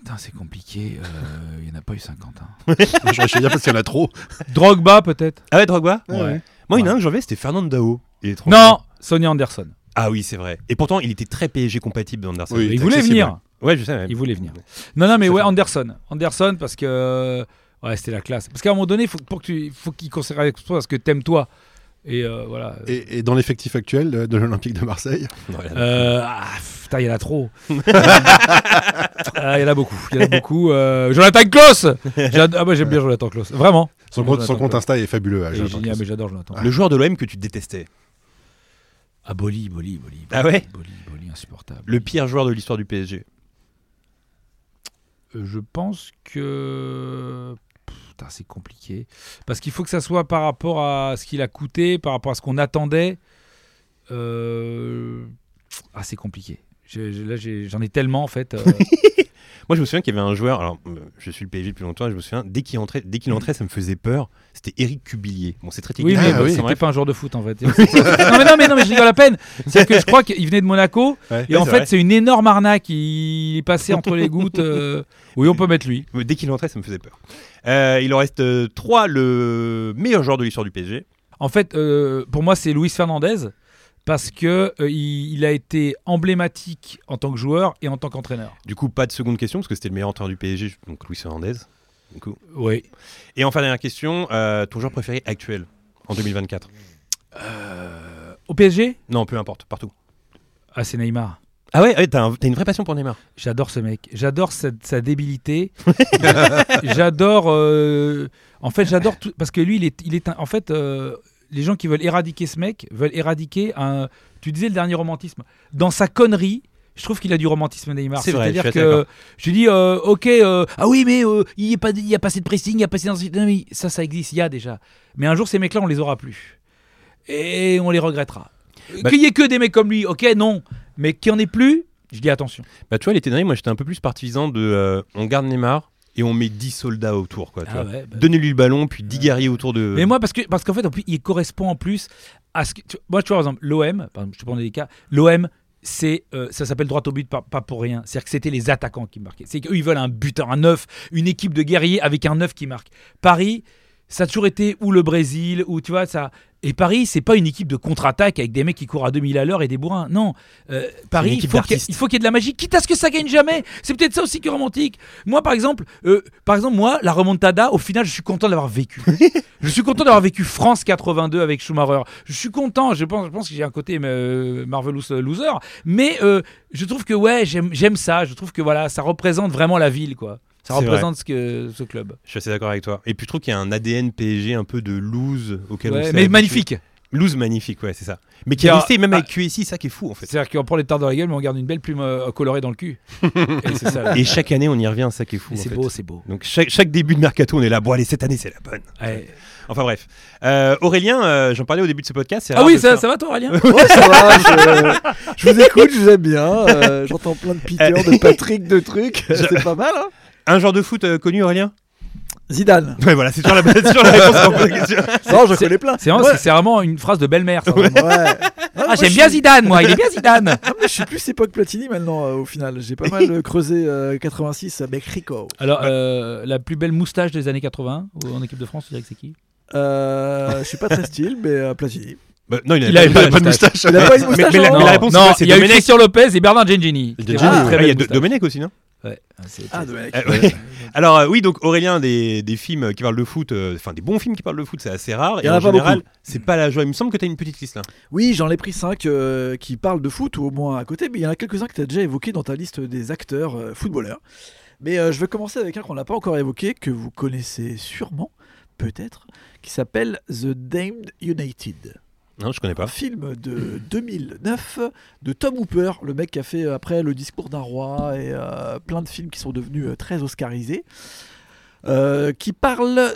Putain, c'est compliqué. Il n'y en a pas eu 50. Je vais dire parce qu'il y en a trop. Drogba, peut-être. Ah ouais, Drogba. Ouais. Moi, il y en a un que j'en vais, c'était Fernando Dao. Il est trop Non, bien. Sonny Anderson. Ah oui, c'est vrai. Et pourtant, il était très PSG compatible, Anderson. Oui. Il voulait accessible. venir. Ouais, je sais. Ouais. Il voulait venir. Non, mais ouais, Anderson. Anderson, parce que. Ouais, c'était la classe. Parce qu'à un moment donné, faut qu'il considère avec toi ce que t'aimes toi. Et voilà. Et dans l'effectif actuel de l'Olympique de Marseille Putain, il y en a trop. Il y en a beaucoup. Jonathan Klaus. Moi, j'aime bien Jonathan Klaus. Vraiment. Son compte Insta est fabuleux. C'est génial, mais j'adore Jonathan. Le joueur de l'OM que tu détestais. Ah, Boli. Ah ouais. Boli, insupportable. Le pire joueur de l'histoire du PSG. Je pense que... Putain, c'est compliqué. Parce qu'il faut que ça soit par rapport à ce qu'il a coûté, par rapport à ce qu'on attendait. C'est compliqué. Là, j'en ai tellement, en fait. Moi, je me souviens qu'il y avait un joueur. Alors, je suis le PSG depuis longtemps. Et je me souviens, dès qu'il entrait, ça me faisait peur. C'était Éric Cubillier. Bon, c'est très technique. Oui, mais c'était pas un joueur de foot, en fait. non, mais je rigole à peine. C'est que je crois qu'il venait de Monaco. Ouais, et en fait, c'est une énorme arnaque. Il est passé entre les gouttes. Oui, on peut mettre lui. Dès qu'il entrait, ça me faisait peur. Il en reste 3. Le meilleur joueur de l'histoire du PSG. En fait, pour moi, c'est Luis Fernandez. Parce que il a été emblématique en tant que joueur et en tant qu'entraîneur. Du coup, pas de seconde question, parce que c'était le meilleur entraîneur du PSG, donc Luis Fernandez. Du coup. Oui. Et enfin, dernière question, ton joueur préféré actuel, en 2024 Au PSG ? Non, peu importe, partout. Ah, c'est Neymar. Ah ouais, t'as une vraie passion pour Neymar. J'adore ce mec. J'adore sa débilité. J'adore... En fait, j'adore tout... Parce que lui, il est en fait... les gens qui veulent éradiquer ce mec veulent éradiquer un... Tu disais le dernier romantisme. Dans sa connerie, je trouve qu'il a du romantisme Neymar. C'est vrai, c'est-à-dire que je dis ah oui mais il y a pas assez de pressing, il y a pas assez de... ça existe, il y a déjà. Mais un jour ces mecs-là on les aura plus et on les regrettera. Qu'il y ait que des mecs comme lui, ok non, mais qu'il n'y en ait plus, je dis attention. Bah tu vois l'été dernier, moi j'étais un peu plus partisan de on garde Neymar. Et on met 10 soldats autour, quoi. Donnez-lui le ballon, puis 10 guerriers autour de... Mais moi, parce qu'en fait, en plus, il correspond en plus à ce que... Moi, tu vois, par exemple, l'OM, je te prends des cas, l'OM, ça s'appelle droit au but, pas pour rien. C'est-à-dire que c'était les attaquants qui marquaient. C'est qu'eux, ils veulent un buteur, un neuf, une équipe de guerriers avec un neuf qui marque. Paris, ça a toujours été ou le Brésil, ou tu vois, ça... Et Paris, c'est pas une équipe de contre-attaque avec des mecs qui courent à 2000 à l'heure et des bourrins. Non, Paris, il faut qu'il y ait de la magie, quitte à ce que ça gagne jamais. C'est peut-être ça aussi qui est romantique. Moi, par exemple, moi, la remontada, au final, je suis content d'avoir vécu. Je suis content d'avoir vécu France 82 avec Schumacher. Je suis content. Je pense que j'ai un côté marvelous loser, mais je trouve que ouais, j'aime ça. Je trouve que voilà, ça représente vraiment la ville, quoi. Ça représente ce club. Je suis assez d'accord avec toi. Et puis je trouve qu'il y a un ADN PSG un peu de loose auquel on s'est mais magnifique. Loose magnifique, ouais, c'est ça. Mais qui est resté même avec QSI, ça qui est fou en fait. C'est-à-dire qu'on prend les tartes dans la gueule, mais on garde une belle plume colorée dans le cul. Et, c'est ça, et chaque année, on y revient, ça qui est fou. C'est beau, c'est beau. Donc chaque début de mercato, on est là. Bon, allez, cette année, c'est la bonne. Ouais. Enfin bref. Aurélien, j'en parlais au début de ce podcast. Ah oui, ça va toi, Aurélien? Ouais, ça va. Je vous écoute, je vous aime bien. J'entends plein de Peter, de Patrick, de trucs. C'est pas mal, hein. Un joueur de foot connu, Aurélien? Zidane. Ouais, voilà, c'est sur la réponse qu'on pose la question. Non, je connais plein. C'est vraiment une phrase de belle-mère. Ça, ouais. J'aime bien Zidane, moi. Il est bien Zidane. Je suis plus époque Platini maintenant, au final. J'ai pas mal creusé 86 avec Rico. Alors, la plus belle moustache des années 80 en équipe de France, tu dirais que c'est qui? Je suis pas très style, mais Platini. Bah, non, il a pas de moustache. Il a pas une moustache. Mais la réponse, non, c'est il y a eu Domenech. Christian Lopez et Bernard Gengini. Il y a Domenech aussi, non? Ouais. Domenech. Ouais. Alors oui, donc Aurélien, des films qui parlent de foot, enfin des bons films qui parlent de foot, c'est assez rare. Il y en a en pas général, beaucoup. c'est pas la joie. Il me semble que tu as une petite liste là. Oui, j'en ai pris 5 qui parlent de foot, ou au moins à côté, mais il y en a quelques-uns que tu as déjà évoqués dans ta liste des acteurs footballeurs. Mais je vais commencer avec un qu'on n'a pas encore évoqué, que vous connaissez sûrement, peut-être, qui s'appelle The Damned United. Non, je connais pas. Un film de 2009 de Tom Hooper, le mec qui a fait après Le Discours d'un roi et plein de films qui sont devenus très oscarisés, qui parle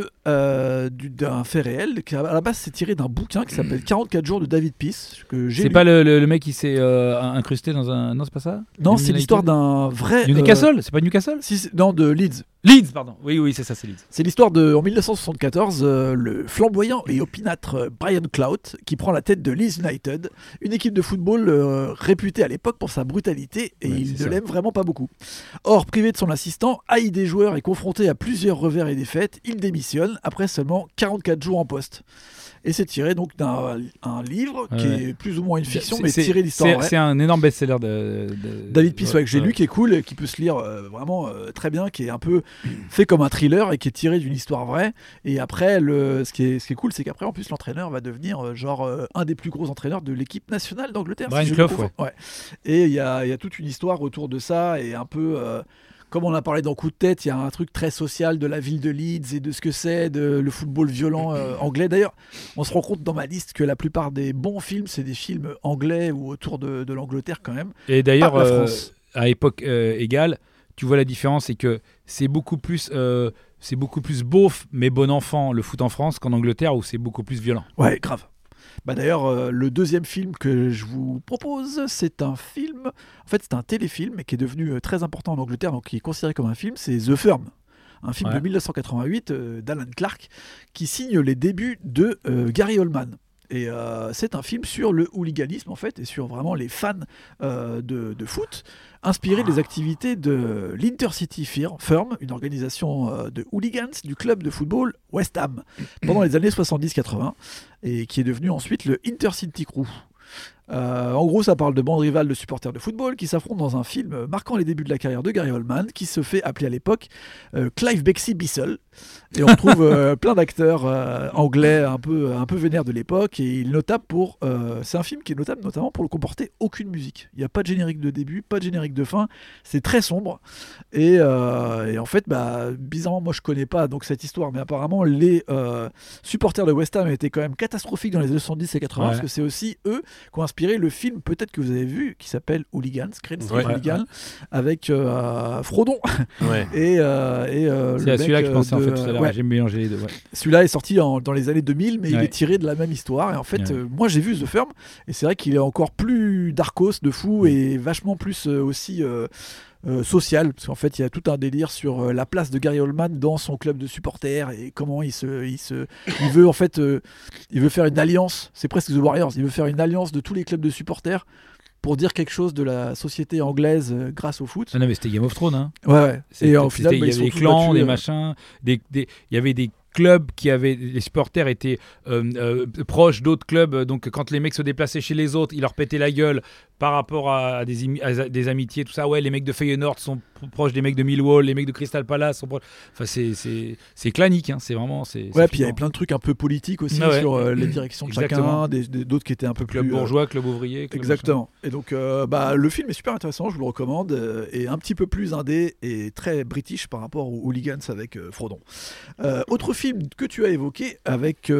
d'un fait réel, qui à la base c'est tiré d'un bouquin qui s'appelle 44 jours de David Peace, que j'ai C'est lu. pas le mec qui s'est incrusté dans un... Non, c'est pas ça? Non, c'est l'histoire d'un vrai... Newcastle? C'est pas Newcastle? Non, de Leeds. Leeds, pardon. Oui, c'est ça, c'est Leeds. C'est l'histoire en 1974, le flamboyant et opiniâtre Brian Clough qui prend la tête de Leeds United, une équipe de football réputée à l'époque pour sa brutalité, et il ne l'aime vraiment pas beaucoup. Or, privé de son assistant, haï des joueurs et confronté à plusieurs revers et défaites, il démissionne après seulement 44 jours en poste. Et c'est tiré donc d'un livre qui est plus ou moins une fiction, mais tiré d'histoire vraie. C'est un énorme best-seller de David Peace, que j'ai lu, qui est cool, et qui peut se lire vraiment très bien, qui est un peu fait comme un thriller et qui est tiré d'une histoire vraie. Et après, ce qui est cool, c'est qu'après, en plus, l'entraîneur va devenir un des plus gros entraîneurs de l'équipe nationale d'Angleterre. Brian Clough, ouais. Et il y a toute une histoire autour de ça, et un peu... comme on a parlé dans Coup de tête, il y a un truc très social de la ville de Leeds et de ce que c'est, le football violent anglais. D'ailleurs, on se rend compte dans ma liste que la plupart des bons films, c'est des films anglais ou autour de l'Angleterre quand même. Et d'ailleurs, à époque égale, tu vois la différence, c'est que c'est beaucoup plus beauf mais bon enfant le foot en France qu'en Angleterre où c'est beaucoup plus violent. Ouais, grave. D'ailleurs, le deuxième film que je vous propose, c'est un film, en fait c'est un téléfilm, mais qui est devenu très important en Angleterre, donc qui est considéré comme un film, c'est The Firm, un film de 1988 d'Alan Clark, qui signe les débuts de Gary Oldman. Et c'est un film sur le hooliganisme en fait, et sur vraiment les fans de foot, inspiré des activités de l'Intercity Firm, une organisation de hooligans du club de football West Ham, pendant les années 70-80, et qui est devenu ensuite le Intercity Crew. En gros, ça parle de bandes rivales de supporters de football qui s'affrontent dans un film marquant les débuts de la carrière de Gary Oldman, qui se fait appeler à l'époque Clive Bexley Bissell. Et on trouve plein d'acteurs anglais un peu vénères de l'époque. Et il est notable c'est un film qui est notable notamment pour ne comporter aucune musique. Il n'y a pas de générique de début, pas de générique de fin. C'est très sombre. Et en fait, bizarrement, moi je connais pas donc cette histoire, mais apparemment les supporters de West Ham étaient quand même catastrophiques dans les années 70 et 80, parce que c'est aussi eux qui ont inspiré le film peut-être que vous avez vu qui s'appelle Hooligans, Green Street Hooligans, avec Frodon. Et c'est à celui-là que je pensais en fait tout à l'heure. J'ai mélangé les deux. Ouais. Celui-là est sorti dans les années 2000, mais il est tiré de la même histoire. Et en fait, moi j'ai vu The Firm, et c'est vrai qu'il est encore plus darkos de fou, et vachement plus aussi social, parce qu'en fait il y a tout un délire sur la place de Gary Oldman dans son club de supporters, et comment il veut en fait il veut faire une alliance, c'est presque The Warriors, il veut faire une alliance de tous les clubs de supporters pour dire quelque chose de la société anglaise grâce au foot. Ah non, mais c'était Game of Thrones, hein. Ouais. Et au final, il y avait des clans, des machins, il y avait des clubs les supporters étaient proches d'autres clubs, donc quand les mecs se déplaçaient chez les autres, ils leur pétaient la gueule par rapport à des amitiés, tout ça. Ouais, les mecs de Feyenoord sont proches des mecs de Millwall, les mecs de Crystal Palace sont proches. Enfin, c'est clanique, hein. C'est vraiment. Puis il y avait plein de trucs un peu politiques aussi sur les directions de chacun, d'autres qui étaient un peu club plus bourgeois, club ouvrier. Exactement. Et donc, le film est super intéressant, je vous le recommande, et un petit peu plus indé et très british par rapport aux Hooligans avec Frodon. Autre film que tu as évoqué avec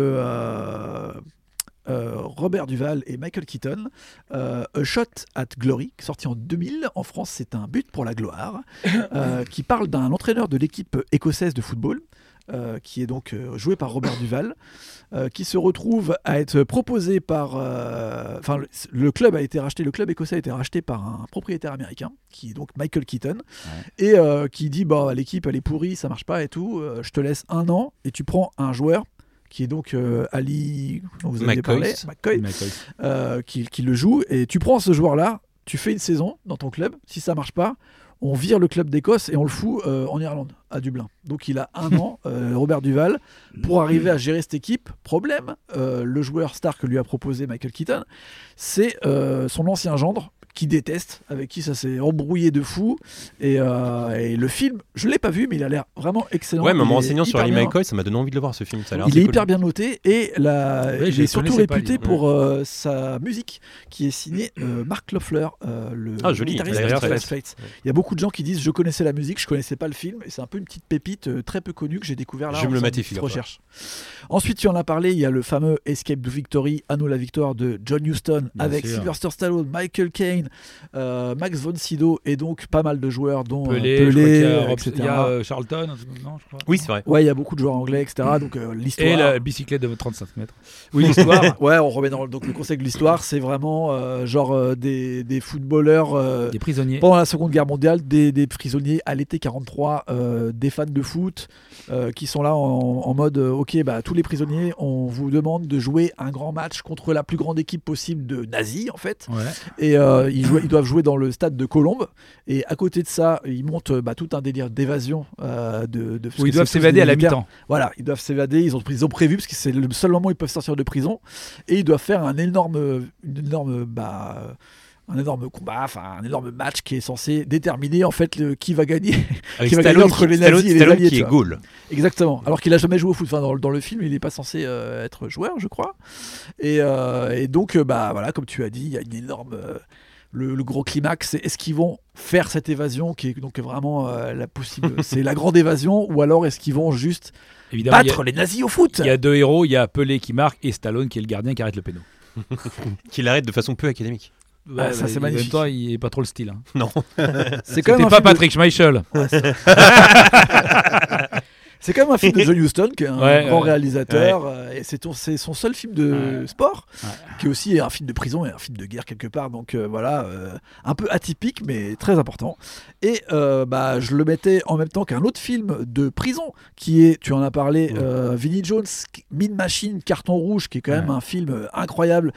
Robert Duvall et Michael Keaton, A Shot at Glory, sorti en 2000. En France, c'est un but pour la gloire, qui parle d'un entraîneur de l'équipe écossaise de football, qui est donc joué par Robert Duvall, qui se retrouve à être proposé par... le club écossais a été racheté par un propriétaire américain, qui est donc Michael Keaton, et qui dit l'équipe elle est pourrie, ça marche pas et tout, je te laisse 1 an et tu prends un joueur qui est donc Ali, dont vous avez parlé, McCoy, qui le joue, et tu prends ce joueur-là, tu fais une saison dans ton club, si ça marche pas, on vire le club d'Écosse et on le fout en Irlande, à Dublin. Donc il a 1 an, Robert Duvall, pour arriver à gérer cette équipe. Problème, le joueur star que lui a proposé Michael Keaton, c'est son ancien gendre, qui déteste, avec qui ça s'est embrouillé de fou, et le film, je l'ai pas vu, mais il a l'air vraiment excellent. Ouais, mais en me renseignant sur Ali McCoy, ça m'a donné envie de le voir, ce film. Ça a l'air il est hyper bien noté, et il est surtout réputé pour sa musique, qui est signée Mark Knopfler, le guitariste de Dire Straits. Il y a beaucoup de gens qui disent je connaissais la musique, je connaissais pas le film, et c'est un peu une petite pépite très peu connue que j'ai découvert là. Je me le matais, recherche. Ensuite, tu en as parlé, il y a le fameux Escape to Victory, à nous la victoire, de John Huston, avec Sylvester Stallone, Michael Caine, Max von Sydow, et donc pas mal de joueurs dont Pelé, etc. Il y a Charlton, non, je crois. Oui, c'est vrai. Ouais, il y a beaucoup de joueurs anglais, etc. Donc l'histoire. Et la bicyclette de 35 mètres. Oui, l'histoire. Ouais, on remet dans donc le concept de l'histoire, c'est vraiment des footballeurs, des prisonniers pendant la Seconde Guerre mondiale, des prisonniers à l'été 43 des fans de foot qui sont là en mode ok, tous les prisonniers, on vous demande de jouer un grand match contre la plus grande équipe possible de nazis en fait. Et ils doivent jouer dans le stade de Colombes. Et à côté de ça, ils montent tout un délire d'évasion où ils doivent s'évader à la mi-temps. Voilà, ils doivent s'évader. Ils ont prévu parce que c'est le seul moment où ils peuvent sortir de prison. Et ils doivent faire un énorme combat, un énorme match qui est censé déterminer en fait qui va gagner, qui va gagner entre les nazis et les alliés. Qui est Gaulle. Exactement. Alors qu'il a jamais joué au foot. Dans le film, il n'est pas censé être joueur, je crois. Et donc, voilà, comme tu as dit, il y a une énorme. Le gros climax, c'est est-ce qu'ils vont faire cette évasion qui est donc vraiment la possible. C'est la grande évasion, ou alors est-ce qu'ils vont juste battre les nazis au foot. Il y a deux héros, il y a Pelé qui marque et Stallone qui est le gardien qui arrête le péno. Qui l'arrête de façon peu académique. Ça c'est magnifique. En même temps, il n'est pas trop le style. Hein. Non. C'est quand même pas Patrick Schmeichel. C'est quand même un film de John Huston, qui est un grand réalisateur, et c'est son seul film de sport, qui est aussi un film de prison et un film de guerre quelque part. Donc voilà, un peu atypique, mais très important. Et je le mettais en même temps qu'un autre film de prison, qui est, tu en as parlé, Vinnie Jones, Mean Machine, Carton Rouge, qui est quand même un film incroyable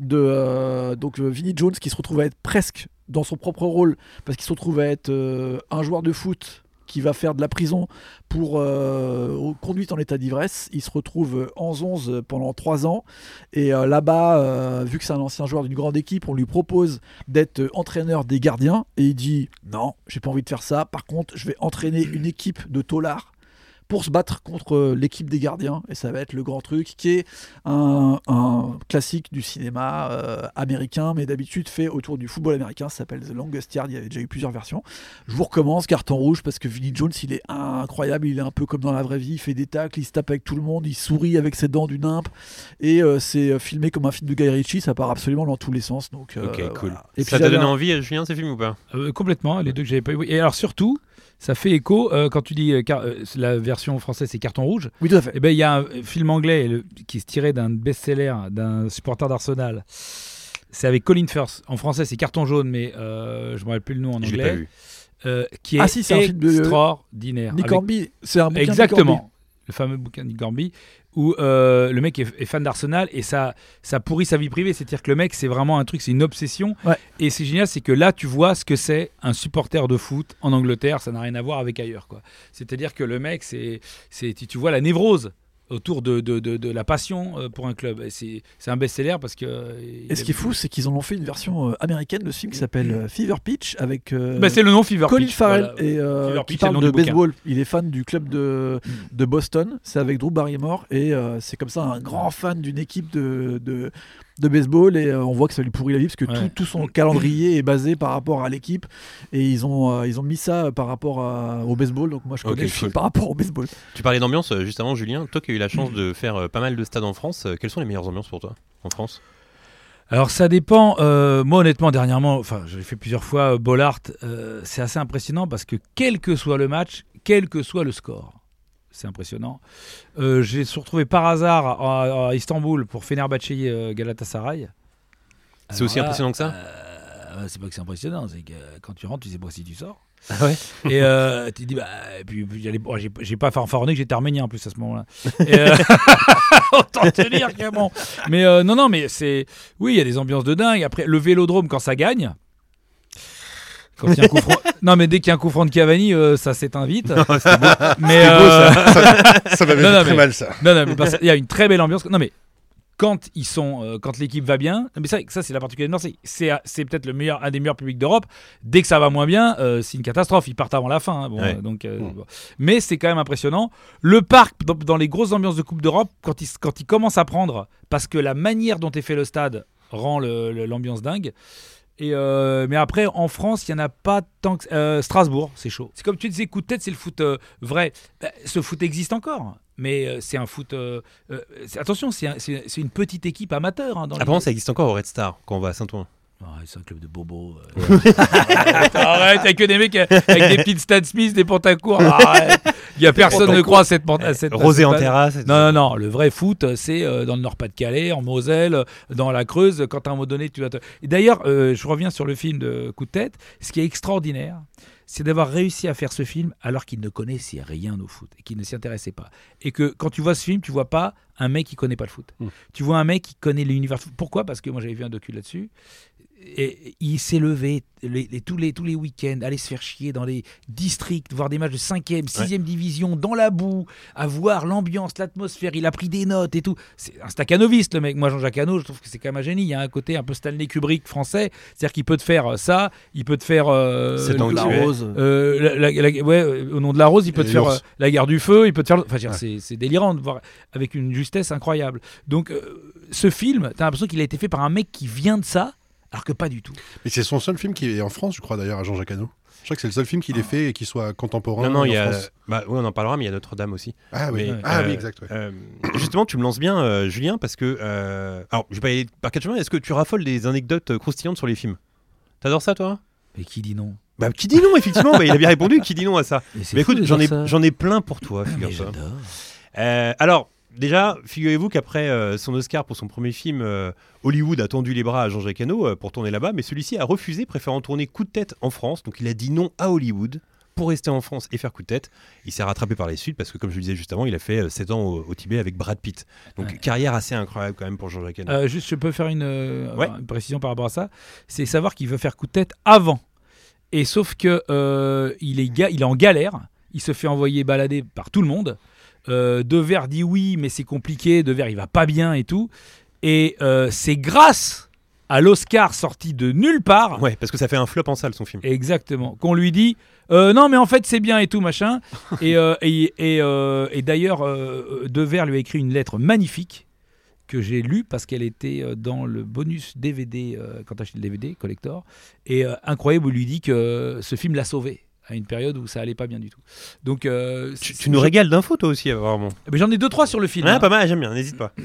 de Vinnie Jones qui se retrouve à être presque dans son propre rôle, parce qu'il se retrouve à être un joueur de foot qui va faire de la prison pour conduite en état d'ivresse. Il se retrouve en 11 pendant 3 ans. Et là-bas, vu que c'est un ancien joueur d'une grande équipe, on lui propose d'être entraîneur des gardiens. Et il dit « Non, j'ai pas envie de faire ça. Par contre, je vais entraîner une équipe de taulards pour se battre contre l'équipe des gardiens. » Et ça va être le grand truc, qui est un classique du cinéma américain, mais d'habitude fait autour du football américain. Ça s'appelle The Longest Yard. Il y avait déjà eu plusieurs versions. Je vous recommence, Carton Rouge, parce que Vinnie Jones, il est incroyable. Il est un peu comme dans la vraie vie. Il fait des tacles, il se tape avec tout le monde, il sourit avec ses dents du nimbe. Et c'est filmé comme un film de Guy Ritchie. Ça part absolument dans tous les sens. Donc, ok, cool. Voilà. Et ça t'a donné envie, Julien, ces films ou pas? Complètement. Les deux que j'avais pas vu. Et alors surtout, ça fait écho quand tu dis la version française c'est Carton Rouge. Oui, tout à fait. Et il y a un film anglais qui se tirait d'un best-seller d'un supporter d'Arsenal. C'est avec Colin Firth. En français c'est Carton Jaune, mais je me rappelle plus le nom en anglais. Je l'ai pas vu. Qui est c'est un film de extraordinaire. Nick Hornby. C'est un bouquin. Exactement. Le fameux bouquin de Nick Hornby, où le mec est fan d'Arsenal et ça pourrit sa vie privée. C'est-à-dire que le mec, c'est vraiment un truc, c'est une obsession. Ouais. Et c'est génial, c'est que là, tu vois ce que c'est un supporter de foot en Angleterre. Ça n'a rien à voir avec ailleurs, quoi. C'est-à-dire que le mec, tu vois la névrose autour de la passion pour un club. Et c'est un best-seller parce que... Et ce qui est fou, c'est qu'ils en ont fait une version américaine de ce film qui s'appelle Fever Pitch avec c'est le nom Fever Colin Pitch, Farrell, voilà. et qui parle de baseball. Il est fan du club de Boston. C'est avec Drew Barrymore et c'est comme ça un grand fan d'une équipe de baseball, et on voit que ça lui pourrit la vie parce que tout son calendrier est basé par rapport à l'équipe, et ils ont mis ça par rapport au baseball. Donc moi je connais le film par rapport au baseball. Tu parlais d'ambiance juste avant, Julien. Toi qui as eu la chance de faire pas mal de stades en France, quelles sont les meilleures ambiances pour toi en France? Alors ça dépend. Moi honnêtement dernièrement, je l'ai fait plusieurs fois, Bollaert, c'est assez impressionnant parce que quel que soit le match, quel que soit le score, c'est impressionnant. J'ai retrouvé par hasard à Istanbul pour Fenerbahçe Galatasaray. C'est aussi impressionnant que ça? C'est pas que c'est impressionnant, c'est que quand tu rentres, tu sais pas si tu sors. Ah ouais. Et tu dis et puis j'ai pas fanfaronné que j'étais arménien en plus à ce moment-là. Autant te dire que bon. Mais non, mais il y a des ambiances de dingue. Après le Vélodrome quand ça gagne. Quand il y a un coup franc... Non, mais dès qu'il y a un coup franc de Cavani, ça s'éteint vite. Non, c'est beau. Mais c'est beau, ça m'avait fait très mal, ça. Non, mais il y a une très belle ambiance. Non, mais quand l'équipe va bien, mais ça c'est la particularité de Marseille. C'est peut-être un des meilleurs publics d'Europe. Dès que ça va moins bien, c'est une catastrophe. Ils partent avant la fin. Hein. Bon, donc, bon. Mais c'est quand même impressionnant. Le parc, dans les grosses ambiances de Coupe d'Europe, quand il commence à prendre, parce que la manière dont est fait le stade rend l'ambiance dingue. Mais après en France il n'y en a pas tant que Strasbourg, c'est chaud. C'est comme tu disais, coup de tête, c'est le foot vrai. Ce foot existe encore, mais c'est un foot attention, c'est une petite équipe amateur, hein, apparemment ça existe encore au Red Star quand on va à Saint-Ouen. C'est un club de bobos. Arrête, il n'y a que des mecs avec des petites Stan Smith, des pantacours. Il n'y a personne ne croit à cette Rosé en terrasse. Non, le vrai foot, c'est dans le Nord-Pas-de-Calais, en Moselle, dans la Creuse. Quand à un moment donné, tu vas Et d'ailleurs, je reviens sur le film de Coup de tête. Ce qui est extraordinaire, c'est d'avoir réussi à faire ce film alors qu'il ne connaissait rien au foot et qu'il ne s'y intéressait pas. Et que quand tu vois ce film, tu vois pas un mec qui connaît pas le foot. Tu vois un mec qui connaît l'univers. Pourquoi ? Parce que moi j'avais vu un docu là-dessus. Et il s'est levé tous les week-ends, aller se faire chier dans les districts, voir des matchs de 5e, 6e division, dans la boue, à voir l'ambiance, l'atmosphère. Il a pris des notes et tout. C'est un staccanoviste, le mec. Moi, Jean-Jacques Hano, je trouve que c'est quand même un génie. Il y a un côté un peu Stanley Kubrick français. C'est-à-dire qu'il peut te faire ça, il peut te faire la rose. Au nom de la rose, il peut te faire la guerre du feu, il peut te faire. Enfin, c'est délirant de voir avec une justesse incroyable. Donc, ce film, t'as l'impression qu'il a été fait par un mec qui vient de ça. Alors que pas du tout. Mais c'est son seul film qui est en France, je crois d'ailleurs, à Jean-Jacques Hano. Je crois que c'est le seul film qu'il ait fait et qui soit contemporain. Non, il y a. Oui, on en parlera, mais il y a Notre-Dame aussi. Ah oui, oui, exact. Ouais. Justement, tu me lances bien, Julien, parce que. Alors, je vais pas aller par quatre chemins. Est-ce que tu raffoles des anecdotes croustillantes sur les films ? T'adores ça, toi ? Mais qui dit non ? Qui dit non, effectivement. Il a bien répondu. Qui dit non à ça ? Mais écoute, j'en ai plein pour toi, figure-toi. Alors. Déjà, figurez-vous qu'après son Oscar pour son premier film, Hollywood a tendu les bras à Jean-Jacques Hano pour tourner là-bas, mais celui-ci a refusé, préférant tourner Coup de tête en France. Donc il a dit non à Hollywood pour rester en France et faire Coup de tête. Il s'est rattrapé par la suite parce que, comme je le disais juste avant, il a fait 7 ans au Tibet avec Brad Pitt. Donc carrière assez incroyable quand même pour Jean-Jacques Hano. Juste, je peux faire une précision par rapport à ça. C'est savoir qu'il veut faire Coup de tête avant. Et sauf que il est en galère. Il se fait envoyer balader par tout le monde. Devers dit oui, mais c'est compliqué. Devers, il va pas bien et tout. Et c'est grâce à l'Oscar sorti de nulle part. Ouais, parce que ça fait un flop en salle son film. Exactement. Qu'on lui dit non, mais en fait c'est bien et tout machin. Et d'ailleurs, Devers lui a écrit une lettre magnifique que j'ai lue parce qu'elle était dans le bonus DVD quand tu achètes le DVD collector. Et incroyable, où il lui dit que ce film l'a sauvé à une période où ça allait pas bien du tout. Donc tu nous régales d'infos toi aussi vraiment. Mais j'en ai 2-3 sur le film. Pas mal, j'aime bien, n'hésite pas.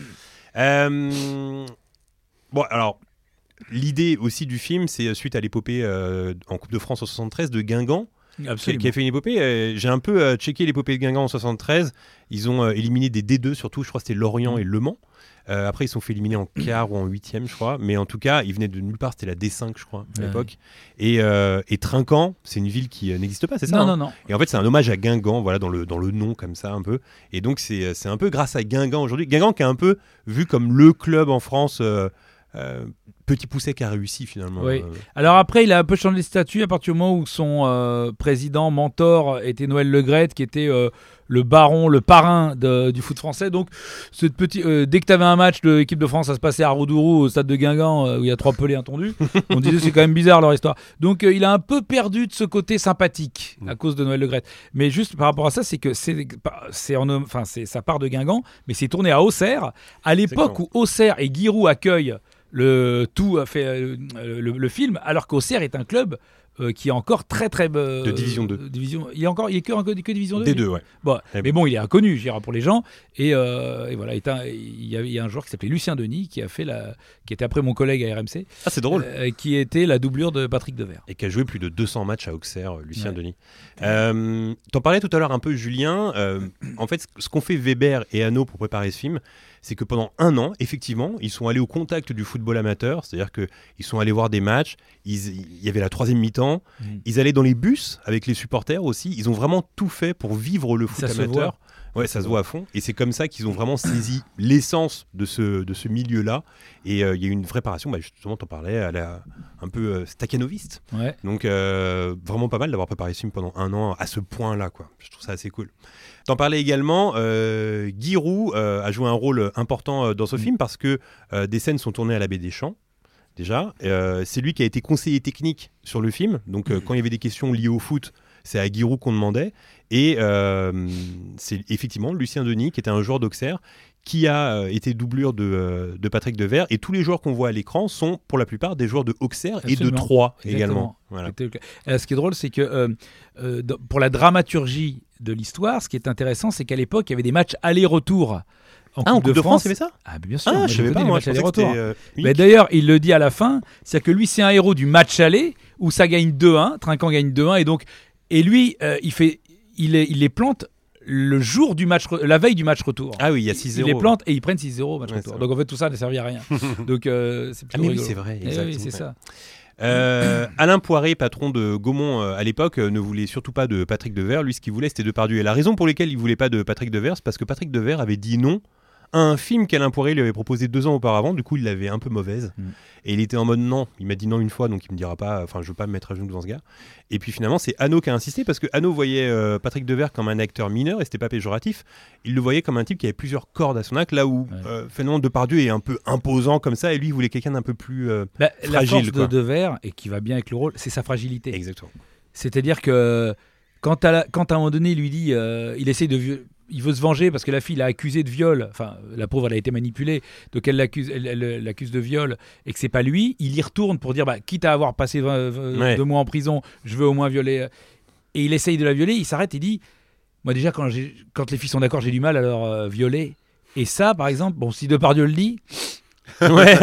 Bon alors l'idée aussi du film, c'est suite à l'épopée en Coupe de France en 73 de Guingamp. Absolument. Qui a fait une épopée. J'ai un peu checké l'épopée de Guingamp en 73. Ils ont éliminé des D2 surtout, je crois que c'était Lorient et Le Mans. Après, ils se sont fait éliminer en quart ou en huitième, je crois. Mais en tout cas, ils venaient de nulle part. C'était la D5, je crois, à l'époque. Et Trinquant, c'est une ville qui n'existe pas, c'est ça ? Non. Et en fait, c'est un hommage à Guingamp, voilà, dans le nom, comme ça, un peu. Et donc, c'est un peu grâce à Guingamp aujourd'hui. Guingamp qui est un peu vu comme le club en France... Petit Pousset qui a réussi finalement. Oui. Alors après, il a un peu changé de statut à partir du moment où son président, mentor, était Noël Le Graët, qui était le baron, le parrain du foot français. Donc, dès que tu avais un match de l'équipe de France, ça se passait à Roudourou, au stade de Guingamp, où il y a 3 pelés intendus. On disait c'est quand même bizarre leur histoire. Donc, il a un peu perdu de ce côté sympathique à cause de Noël Le Graët. Mais juste par rapport à ça, c'est que ça part de Guingamp, mais c'est tourné à Auxerre. À l'époque où Auxerre et Giroud accueillent le film, alors qu'Auxerre est un club qui est encore très très de division 2. Il est que division 2. D2, ouais. Bon, mais bon, il est inconnu, je dirais, pour les gens. Et voilà, il y a un joueur qui s'appelait Lucien Denis qui était après mon collègue à RMC. Ah, c'est drôle. Qui était la doublure de Patrick Devers. Et qui a joué plus de 200 matchs à Auxerre, Lucien Denis. T'en parlais tout à l'heure un peu, Julien. En fait, ce qu'ont fait Weber et Hano pour préparer ce film, c'est que pendant 1 an, effectivement, ils sont allés au contact du football amateur, c'est-à-dire qu'ils sont allés voir des matchs, il y avait la 3e mi-temps, ils allaient dans les bus avec les supporters aussi, ils ont vraiment tout fait pour vivre le foot amateur. Ça se voit à fond, et c'est comme ça qu'ils ont vraiment saisi l'essence de ce milieu-là, et il y a eu une vraie préparation, justement t'en parlais, un peu stakhanoviste. Donc vraiment pas mal d'avoir préparé ce film pendant 1 an à ce point-là, quoi. Je trouve ça assez cool. T'en parlais également, Giroud a joué un rôle important dans ce film parce que des scènes sont tournées à la Baie des Champs, déjà. C'est lui qui a été conseiller technique sur le film, donc quand il y avait des questions liées au foot, c'est à Giroud qu'on demandait. Et c'est effectivement Lucien Denis, qui était un joueur d'Auxerre, qui a été doublure de Patrick Devers. Et tous les joueurs qu'on voit à l'écran sont pour la plupart des joueurs de Auxerre et de Troyes également. Voilà. Ce qui est drôle, c'est que pour la dramaturgie de l'histoire, ce qui est intéressant, c'est qu'à l'époque, il y avait des matchs aller-retour. En Coupe de France, il y avait ça ? Bien sûr. Je savais pas, moi, je pensais que c'était d'ailleurs, il le dit à la fin, c'est que lui, c'est un héros du match aller, où ça gagne 2-1, Trinquant gagne 2-1, et lui, il les plante le jour du match, la veille du match retour. Ah oui, il y a 6-0. Ils les plantent et ils prennent 6-0 au match retour. Donc en fait, tout ça ne servait à rien. Donc c'est plutôt rigolo. Oui, c'est vrai, exactement. Oui, c'est ça. Alain Poiré, patron de Gaumont à l'époque, ne voulait surtout pas de Patrick Devers. Lui, ce qu'il voulait, c'était Depardieu. Et la raison pour laquelle il voulait pas de Patrick Devers, c'est parce que Patrick Devers avait dit non à un film qu'Alain Poiré lui avait proposé 2 ans auparavant. Du coup, il l'avait un peu mauvaise. Et il était en mode non. Il m'a dit non une fois, donc il me dira pas. Enfin, je veux pas me mettre à genoux devant ce gars. Et puis finalement, c'est Hano qui a insisté parce que Hano voyait Patrick Devers comme un acteur mineur et c'était pas péjoratif. Il le voyait comme un type qui avait plusieurs cordes à son arc, là où finalement Depardieu est un peu imposant comme ça et lui il voulait quelqu'un d'un peu plus fragile. La force de Devers, et qui va bien avec le rôle, c'est sa fragilité. Exactement. C'est-à-dire que quand à un moment donné, il lui dit, il essaie il veut se venger parce que la fille l'a accusé de viol. Enfin, la pauvre, elle a été manipulée, donc elle l'accuse de viol et que c'est pas lui. Il y retourne pour dire, quitte à avoir passé 2 mois en prison, je veux au moins violer. Et il essaye de la violer. Il s'arrête et dit, moi déjà quand les filles sont d'accord, j'ai du mal à leur violer. Et ça, par exemple, bon, si Depardieu le dit. Ouais.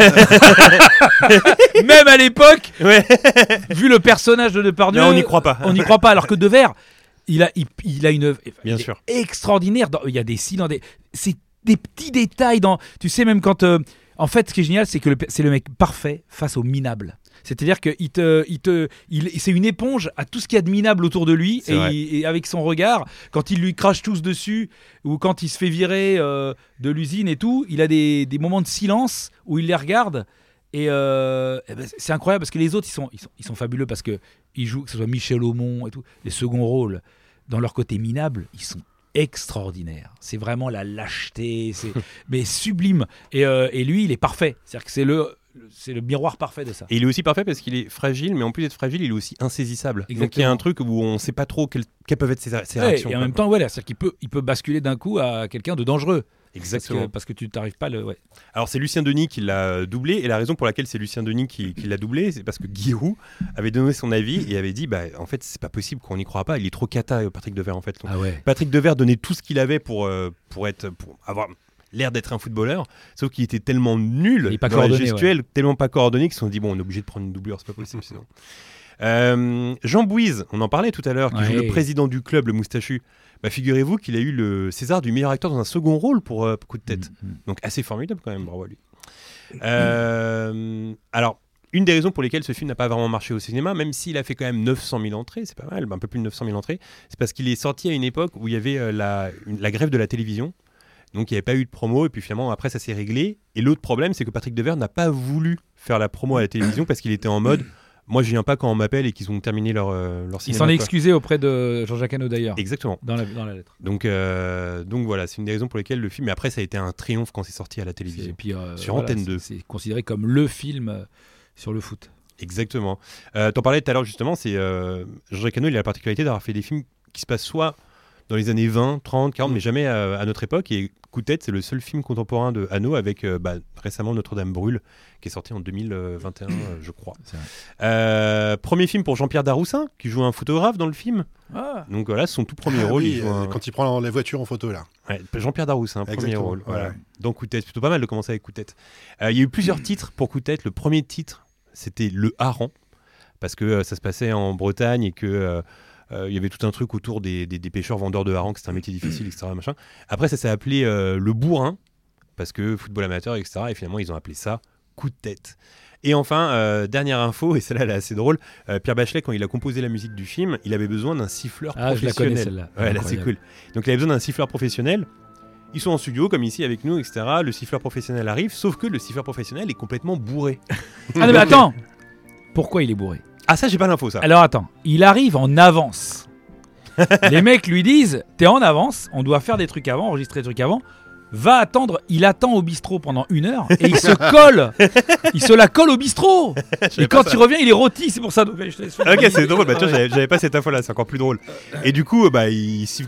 Même à l'époque, vu le personnage de Depardieu, on n'y croit pas. On n'y croit pas. Alors que Devers, il a une œuvre extraordinaire. Il y a des cils, c'est des petits détails dans. Tu sais, même quand. En fait, ce qui est génial, c'est que c'est le mec parfait face au minable. C'est-à-dire que c'est une éponge à tout ce qu'il y a de minable autour de lui et avec son regard, quand il lui crache tous dessus ou quand il se fait virer de l'usine et tout, il a des moments de silence où il les regarde et c'est incroyable parce que les autres ils sont fabuleux parce que ils jouent, que ce soit Michel Aumont et tout, les seconds rôles dans leur côté minable, ils sont extraordinaire. C'est vraiment la lâcheté, mais sublime. Et lui, il est parfait. C'est-à-dire que c'est le miroir parfait de ça. Et il est aussi parfait parce qu'il est fragile, mais en plus d'être fragile, il est aussi insaisissable. Exactement. Donc il y a un truc où on ne sait pas trop quelles peuvent être ses réactions. Et en même temps, c'est-à-dire qu'il peut basculer d'un coup à quelqu'un de dangereux. Exactement. Parce que tu n'arrives pas le. Alors c'est Lucien Denis qui l'a doublé, et la raison pour laquelle c'est Lucien Denis qui l'a doublé, c'est parce que Guy Roux avait donné son avis et avait dit en fait c'est pas possible qu'on n'y croit pas, il est trop cata Patrick Devers en fait. Patrick Devers donnait tout ce qu'il avait pour avoir l'air d'être un footballeur, sauf qu'il était tellement nul dans la gestuelle, tellement pas coordonné qu'ils se sont dit on est obligé de prendre une doublure, c'est pas possible sinon. Jean Bouise, on en parlait tout à l'heure, qui joue le président du club, le moustachu. Figurez-vous qu'il a eu le César du meilleur acteur dans un second rôle pour Coup de tête. Donc assez formidable quand même, bravo à lui. Alors, une des raisons pour lesquelles ce film n'a pas vraiment marché au cinéma, même s'il a fait quand même 900 000 entrées, c'est pas mal, un peu plus de 900 000 entrées, c'est parce qu'il est sorti à une époque où il y avait la grève de la télévision. Donc il n'y avait pas eu de promo, et puis finalement après ça s'est réglé. Et l'autre problème, c'est que Patrick Devers n'a pas voulu faire la promo à la télévision parce qu'il était en mode... Moi, je viens pas quand on m'appelle et qu'ils ont terminé leur cinéma. Il s'en est excusé auprès de Jean-Jacques Hano d'ailleurs. Exactement. Dans la lettre. Donc voilà, c'est une des raisons pour lesquelles le film. Mais après, ça a été un trihompe quand c'est sorti à la télévision. Et puis, sur Antenne 2. C'est considéré comme le film sur le foot. Exactement. T'en parlais tout à l'heure justement. C'est Jean-Jacques Hano, il a la particularité d'avoir fait des films qui se passent soit dans les années 20, 30, 40, mais jamais à notre époque. Et Coup de tête, c'est le seul film contemporain de Hano avec récemment Notre-Dame brûle, qui est sorti en 2021, je crois. Premier film pour Jean-Pierre Daroussin, qui joue un photographe dans le film. Donc voilà, son tout premier rôle. Quand il prend les voitures en photo, là. Ouais, Jean-Pierre Daroussin, premier rôle. Voilà. Dans Coup de tête, c'est plutôt pas mal de commencer avec Coup de tête. Il y a eu plusieurs titres pour Coup de tête. Le premier titre, c'était Le Hareng, parce que ça se passait en Bretagne et que... il y avait tout un truc autour des pêcheurs vendeurs de harengs, que c'était un métier difficile, etc. Machin. Après, ça s'est appelé le bourrin, parce que football amateur, etc. Et finalement, ils ont appelé ça Coup de tête. Et enfin, dernière info, et celle-là, elle est assez drôle, Pierre Bachelet, quand il a composé la musique du film, il avait besoin d'un siffleur professionnel. Je la connais, celle-là. Ouais, là, c'est cool. Donc, il avait besoin d'un siffleur professionnel. Ils sont en studio, comme ici, avec nous, etc. Le siffleur professionnel arrive, sauf que le siffleur professionnel est complètement bourré. Ah non, mais attends, pourquoi il est bourré ? Ah, ça, j'ai pas l'info, ça. Alors attends, il arrive en avance. Les mecs lui disent, t'es en avance, on doit faire des trucs avant, enregistrer des trucs avant. Va attendre, il attend au bistrot pendant 1 heure et il se colle. Il se la colle au bistrot. Et quand il revient, il est rôti, c'est pour ça. Donc, je te laisse faire. Ok, c'est drôle, tu vois, j'avais pas cette info-là, c'est encore plus drôle. Et du coup, il siffle.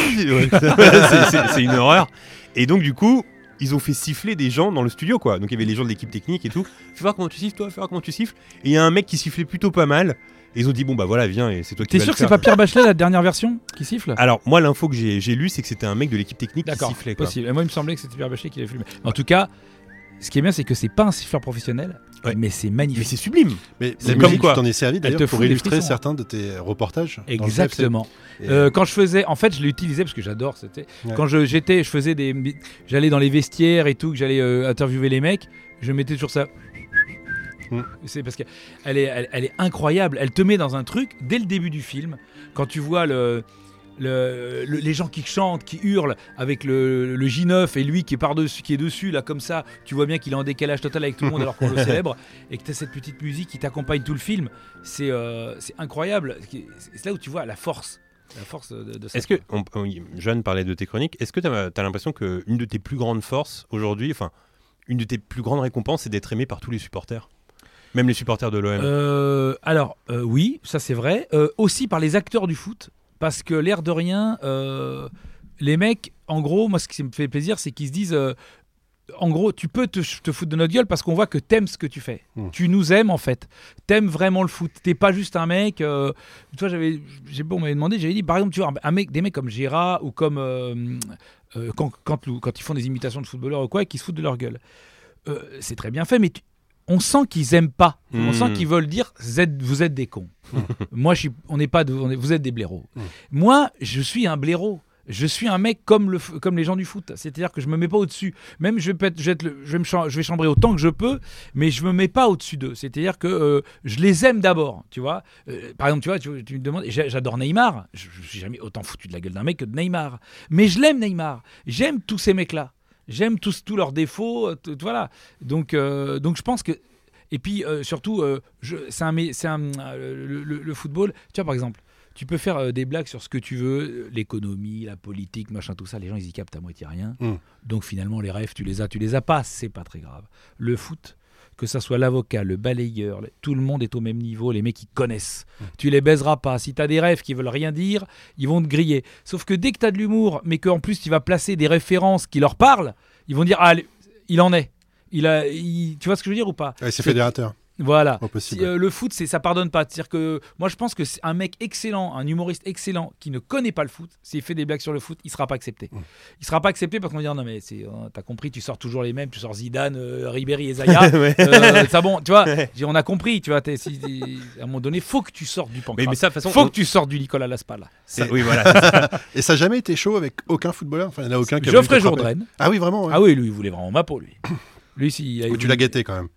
C'est une horreur. Et donc, du coup. Ils ont fait siffler des gens dans le studio, quoi. Donc il y avait les gens de l'équipe technique et tout. Fais voir comment tu siffles, toi, fais voir comment tu siffles. Et il y a un mec qui sifflait plutôt pas mal. Et ils ont dit, bon bah voilà, viens, et c'est toi qui vas le faire. T'es sûr que c'est pas Pierre Bachelet, la dernière version, qui siffle ? Alors, moi, l'info que j'ai lue, c'est que c'était un mec de l'équipe technique qui sifflait, quoi. Possible. Et moi, il me semblait que c'était Pierre Bachelet qui l'avait filmé. En tout cas, ce qui est bien, c'est que c'est pas un siffleur professionnel, mais c'est magnifique. Mais c'est sublime. Mais la musique, tu t'en es servi d'ailleurs pour illustrer certains de tes reportages. Exactement. Quand je faisais, en fait, je l'utilisais parce que j'adore. Quand j'allais dans les vestiaires et tout, que j'allais interviewer les mecs, je mettais toujours ça. C'est parce qu'elle est incroyable. Elle te met dans un truc dès le début du film. Quand tu vois les gens qui chantent, qui hurlent avec le J9 et lui qui est dessus là comme ça, tu vois bien qu'il est en décalage total avec tout le monde alors qu'on le célèbre, et que tu as cette petite musique qui t'accompagne tout le film. C'est incroyable. C'est là où tu vois la force de ça. Est-ce que, Johan parlait de tes chroniques, est-ce que tu as l'impression qu'une de tes plus grandes forces aujourd'hui, enfin une de tes plus grandes récompenses, c'est d'être aimé par tous les supporters, même les supporters de l'OM? Alors oui, ça c'est vrai. Aussi par les acteurs du foot. Parce que l'air de rien, les mecs, en gros, moi ce qui me fait plaisir, c'est qu'ils se disent, en gros, tu peux te foutre de notre gueule parce qu'on voit que t'aimes ce que tu fais. Tu nous aimes en fait. T'aimes vraiment le foot. T'es pas juste un mec. Tu vois, on m'avait demandé, j'avais dit, par exemple, tu vois, des mecs comme Gérard ou comme quand ils font des imitations de footballeurs ou quoi, qui se foutent de leur gueule. C'est très bien fait, mais on sent qu'ils aiment pas. On sent qu'ils veulent dire vous êtes des cons. Moi, vous êtes des blaireaux. Moi, je suis un blaireau. Je suis un mec comme les gens du foot. C'est-à-dire que je me mets pas au-dessus. Même je vais chambrer autant que je peux, mais je me mets pas au-dessus d'eux. C'est-à-dire que je les aime d'abord. Tu vois. Par exemple, tu me demandes. J'adore Neymar. Je suis jamais autant foutu de la gueule d'un mec que de Neymar. Mais je l'aime Neymar. J'aime tous ces mecs-là. J'aime tous leurs défauts, voilà. Donc je pense que, et puis surtout, le football. Tu vois, par exemple, tu peux faire des blagues sur ce que tu veux, l'économie, la politique, machin, tout ça. Les gens ils y captent à moitié rien. Donc finalement les rêves tu les as pas, c'est pas très grave. Le foot, que ça soit l'avocat, le balayeur, tout le monde est au même niveau, les mecs ils connaissent. Tu les baiseras pas. Si t'as des rêves qui veulent rien dire, ils vont te griller. Sauf que dès que t'as de l'humour, mais qu'en plus tu vas placer des références qui leur parlent, ils vont dire ah il en est. Tu vois ce que je veux dire ou pas? C'est fédérateur. Voilà. Le foot, ça pardonne pas. C'est-à-dire que moi, je pense que c'est un mec excellent, un humoriste excellent qui ne connaît pas le foot. S'il fait des blagues sur le foot, il sera pas accepté. Il sera pas accepté parce qu'on va dire non mais t'as compris, tu sors toujours les mêmes, tu sors Zidane, Ribéry et Zaya. Ça bon, tu vois, on a compris. Tu vois, à un moment donné, faut que tu sortes du Pancras. Mais ça, de toute façon, faut que tu sortes du Nicolas Laspal. Oui, voilà. Et ça n'a jamais été chaud avec aucun footballeur. Enfin, il n'y en a aucun qui a Geoffrey Jourdain. Ah oui, vraiment. Ouais. Ah oui, lui, il voulait vraiment ma peau, lui. Tu l'as gâté quand même.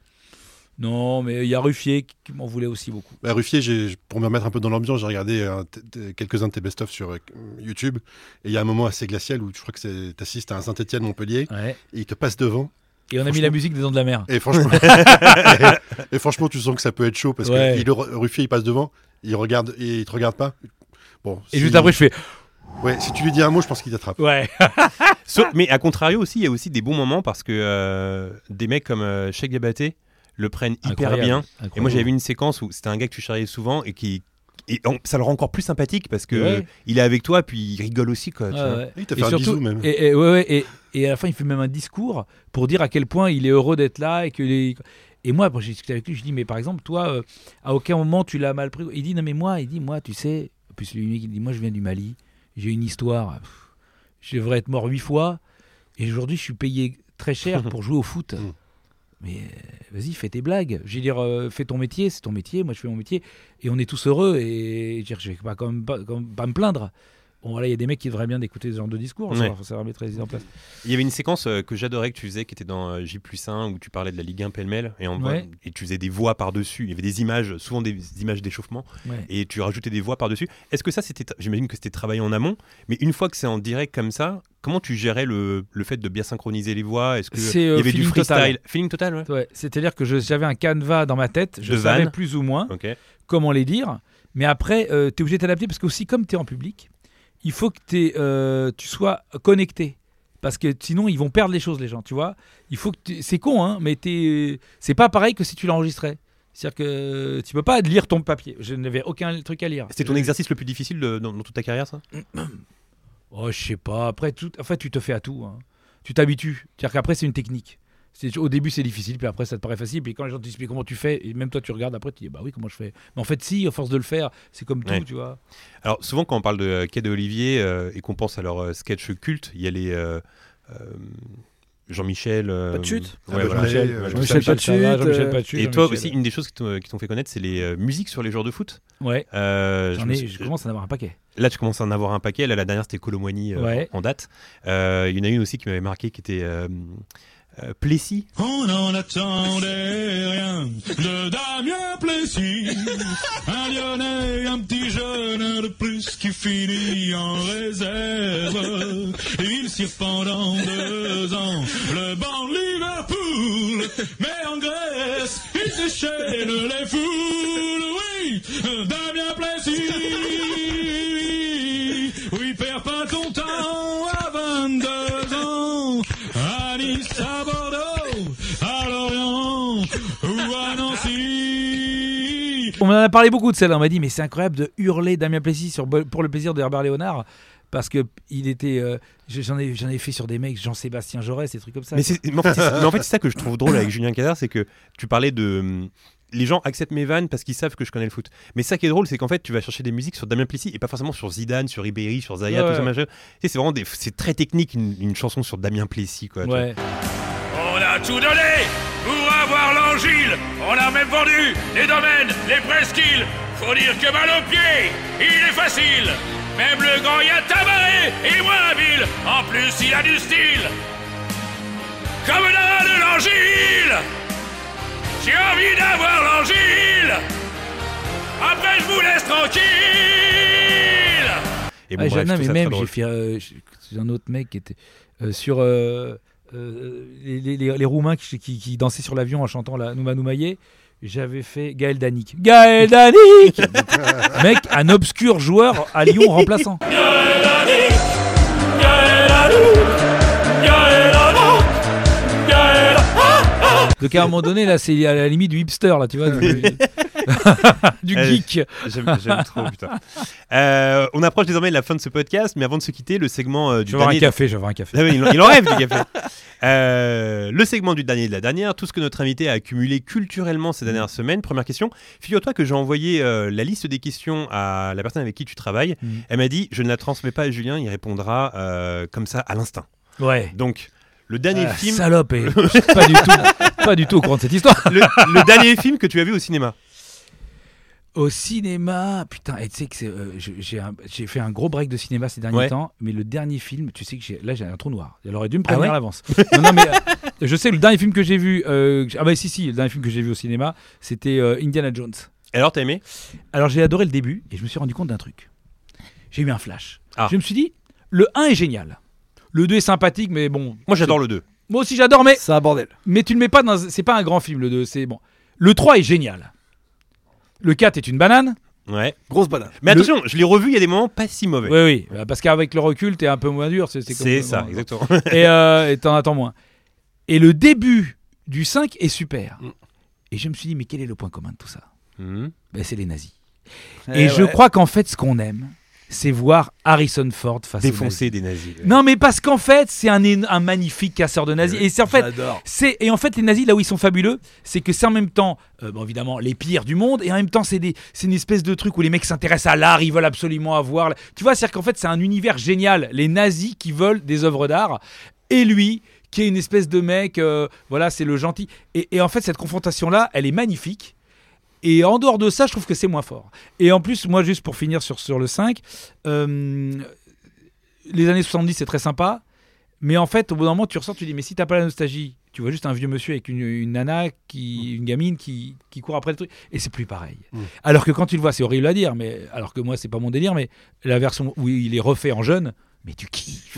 Non, mais il y a Ruffier qui m'en voulait aussi beaucoup. Ruffier, pour me remettre un peu dans l'ambiance, j'ai regardé quelques-uns de tes best-of sur YouTube. Et il y a un moment assez glacial où je crois que tu assistes à un Saint- Étienne-Montpellier. Et il te passe devant. Et on a mis la musique des Dents de la Mer. Et franchement, et franchement, tu sens que ça peut être chaud parce que Ruffier, il passe devant, il te regarde pas. Bon, et juste après, je fais... Ouais, si tu lui dis un mot, je pense qu'il t'attrape. Ouais. Mais à contrario aussi, il y a aussi des bons moments parce que des mecs comme Cheikh Diabaté le prennent hyper bien. Et moi, j'avais vu une séquence où c'était un gars que tu charriais souvent et ça le rend encore plus sympathique parce que il est avec toi puis il rigole aussi quoi. Il t'a fait un bisou même. Et à la fin, il fait même un discours pour dire à quel point il est heureux d'être là et moi, j'ai discuté avec lui, je dis mais par exemple toi, à aucun moment tu l'as mal pris. Il dit non mais moi, tu sais, en plus lui il dit moi je viens du Mali, j'ai une histoire, je devrais être mort 8 fois et aujourd'hui je suis payé très cher pour jouer au foot. Mais vas-y, fais tes blagues. Je veux dire, fais ton métier, c'est ton métier, moi je fais mon métier, et on est tous heureux, et je vais quand même pas me plaindre. Bon voilà, il y a des mecs qui devraient bien écouter ce genre de discours, ça remettrait les idées en place. Il y avait une séquence que j'adorais que tu faisais, qui était dans J+1, où tu parlais de la Ligue 1 pêle-mêle, et tu faisais des voix par-dessus, il y avait des images, souvent des images d'échauffement, et tu rajoutais des voix par-dessus. Est-ce que ça, j'imagine que c'était travaillé en amont, mais une fois que c'est en direct comme ça, comment tu gérais le fait de bien synchroniser les voix? Est-ce qu'il y avait du freestyle? Feeling total, ouais. C'est-à-dire que j'avais un canevas dans ma tête, je savais plus ou moins comment les dire, mais après, tu es obligé de t'adapter, parce que aussi, comme tu es en public, il faut que tu sois connecté. Parce que sinon, ils vont perdre les choses, les gens, tu vois. Il faut que c'est con, hein, mais c'est pas pareil que si tu l'enregistrais. C'est-à-dire que tu peux pas lire ton papier. Je n'avais aucun truc à lire. C'était ton exercice le plus difficile dans toute ta carrière, ça? Oh, je sais pas. Après, en fait, tu te fais à tout. Hein. Tu t'habitues. C'est-à-dire qu'après, c'est une technique. Au début, c'est difficile, puis après, ça te paraît facile. Puis quand les gens t'expliquent comment tu fais, et même toi, tu regardes après, tu dis bah oui, comment je fais? Mais en fait, si, à force de le faire, c'est comme tout, tu vois. Alors, souvent, quand on parle de Quai d'Olivier et qu'on pense à leur sketch culte, il y a les Jean-Michel. Pas de chute. Jean-Michel Patchut. Et toi aussi, une des choses qui t'ont fait connaître, c'est les musiques sur les joueurs de foot. Ouais. Je commence à en avoir un paquet. Là, tu commences à en avoir un paquet. Là, la dernière, c'était Colomboigny en date. Il y en a une aussi qui m'avait marqué, qui était Plessis. On n'en attendait rien de Damien Plessis, un Lyonnais, un petit jeune de plus qui finit en réserve. Il tire pendant 2 ans le banc de Liverpool, mais en Grèce, il déchaîne les foules. Oui, Damien Plessis, oui, perds pas ton temps à 22 ans. À Nice, à Bordeaux, à Lorient ou à Nancy. On en a parlé beaucoup de celle-là. On m'a dit, mais c'est incroyable de hurler Damien Plessis pour le plaisir de Herbert Léonard. Parce que il était, j'en ai fait sur des mecs, Jean-Sébastien Jaurès, des trucs comme ça. Mais en fait, c'est ça que je trouve drôle avec Julien Cazard, c'est que tu parlais de les gens acceptent mes vannes parce qu'ils savent que je connais le foot. Mais ça qui est drôle, c'est qu'en fait, tu vas chercher des musiques sur Damien Plessis et pas forcément sur Zidane, sur Ribéry, sur Zaya, tout ça machin. Tu sais, c'est vraiment c'est très technique une chanson sur Damien Plessis, quoi. Ouais. On a tout donné pour avoir l'Angile. On a même vendu les domaines, les presqu'îles. Faut dire que mal au pied, il est facile. Même le grand Yann Tabaré est moins habile. En plus, il a du style. Comme dans de l'Angile. J'ai envie d'avoir l'Angile. Après, je vous laisse tranquille. Et bon, bref, non, mais même, j'ai fait un autre mec qui était sur les Roumains qui dansaient sur l'avion en chantant la Nouma Noumaillé. J'avais fait Gaël Danic. Gaël Danic mec, un obscur joueur à Lyon remplaçant. Gaël Danic, Gaël Danic, Gaël Danic, Gaël. Donc à un moment donné, là, c'est à la limite du hipster, là, tu vois, du geek. J'aime trop, putain. On approche désormais de la fin de ce podcast, mais avant de se quitter, le segment du dernier... J'avais un café. Ah oui, il en rêve du café. Le segment du dernier et de la dernière, tout ce que notre invité a accumulé culturellement ces dernières semaines. Première question, figure-toi que j'ai envoyé la liste des questions à la personne avec qui tu travailles. Elle m'a dit, je ne la transmets pas à Julien, il répondra comme ça à l'instinct. Ouais. Donc, le dernier film... Salope, pas du tout au courant de cette histoire. le dernier film que tu as vu au cinéma. Au cinéma, putain, et tu sais que j'ai fait un gros break de cinéma ces derniers temps, mais le dernier film, tu sais que j'ai un trou noir. Elle aurait dû me prévenir à l'avance. non, mais je sais que le dernier film que j'ai vu, le dernier film que j'ai vu au cinéma, c'était Indiana Jones. Et alors, t'as aimé ? Alors, j'ai adoré le début et je me suis rendu compte d'un truc. J'ai eu un flash. Je me suis dit, le 1 est génial. Le 2 est sympathique, mais bon. Moi, j'adore le 2. Moi aussi, j'adore, mais. C'est un bordel. Mais tu le mets pas dans. C'est pas un grand film, le 2. C'est bon. Le 3 est génial. Le 4 est une banane. Ouais. Grosse banane. Mais attention, je l'ai revu, il y a des moments pas si mauvais. Oui. Parce qu'avec le recul, t'es un peu moins dur. C'est ça, exactement. Et t'en attends moins. Et le début du 5 est super. Et je me suis dit, mais quel est le point commun de tout ça ? C'est les nazis. Et je crois qu'en fait, ce qu'on aime, c'est voir Harrison Ford face défoncer des nazis. Non, mais parce qu'en fait, c'est un magnifique casseur de nazis. Et c'est en fait, en fait, les nazis, là où ils sont fabuleux, c'est que c'est en même temps, évidemment, les pires du monde, et en même temps, c'est une espèce de truc où les mecs s'intéressent à l'art, ils veulent absolument avoir. Tu vois, c'est-à-dire qu'en fait, c'est un univers génial. Les nazis qui veulent des œuvres d'art, et lui, qui est une espèce de mec, c'est le gentil. Et en fait, cette confrontation-là, elle est magnifique. Et en dehors de ça, je trouve que c'est moins fort. Et en plus, moi, juste pour finir sur le 5, les années 70, c'est très sympa. Mais en fait, au bout d'un moment, tu ressors, tu dis, mais si t'as pas la nostalgie, tu vois juste un vieux monsieur avec une nana, une gamine qui court après le truc. Et c'est plus pareil. Alors que quand tu le vois, c'est horrible à dire, mais alors que moi, c'est pas mon délire, mais la version où il est refait en jeune, mais tu kiffes.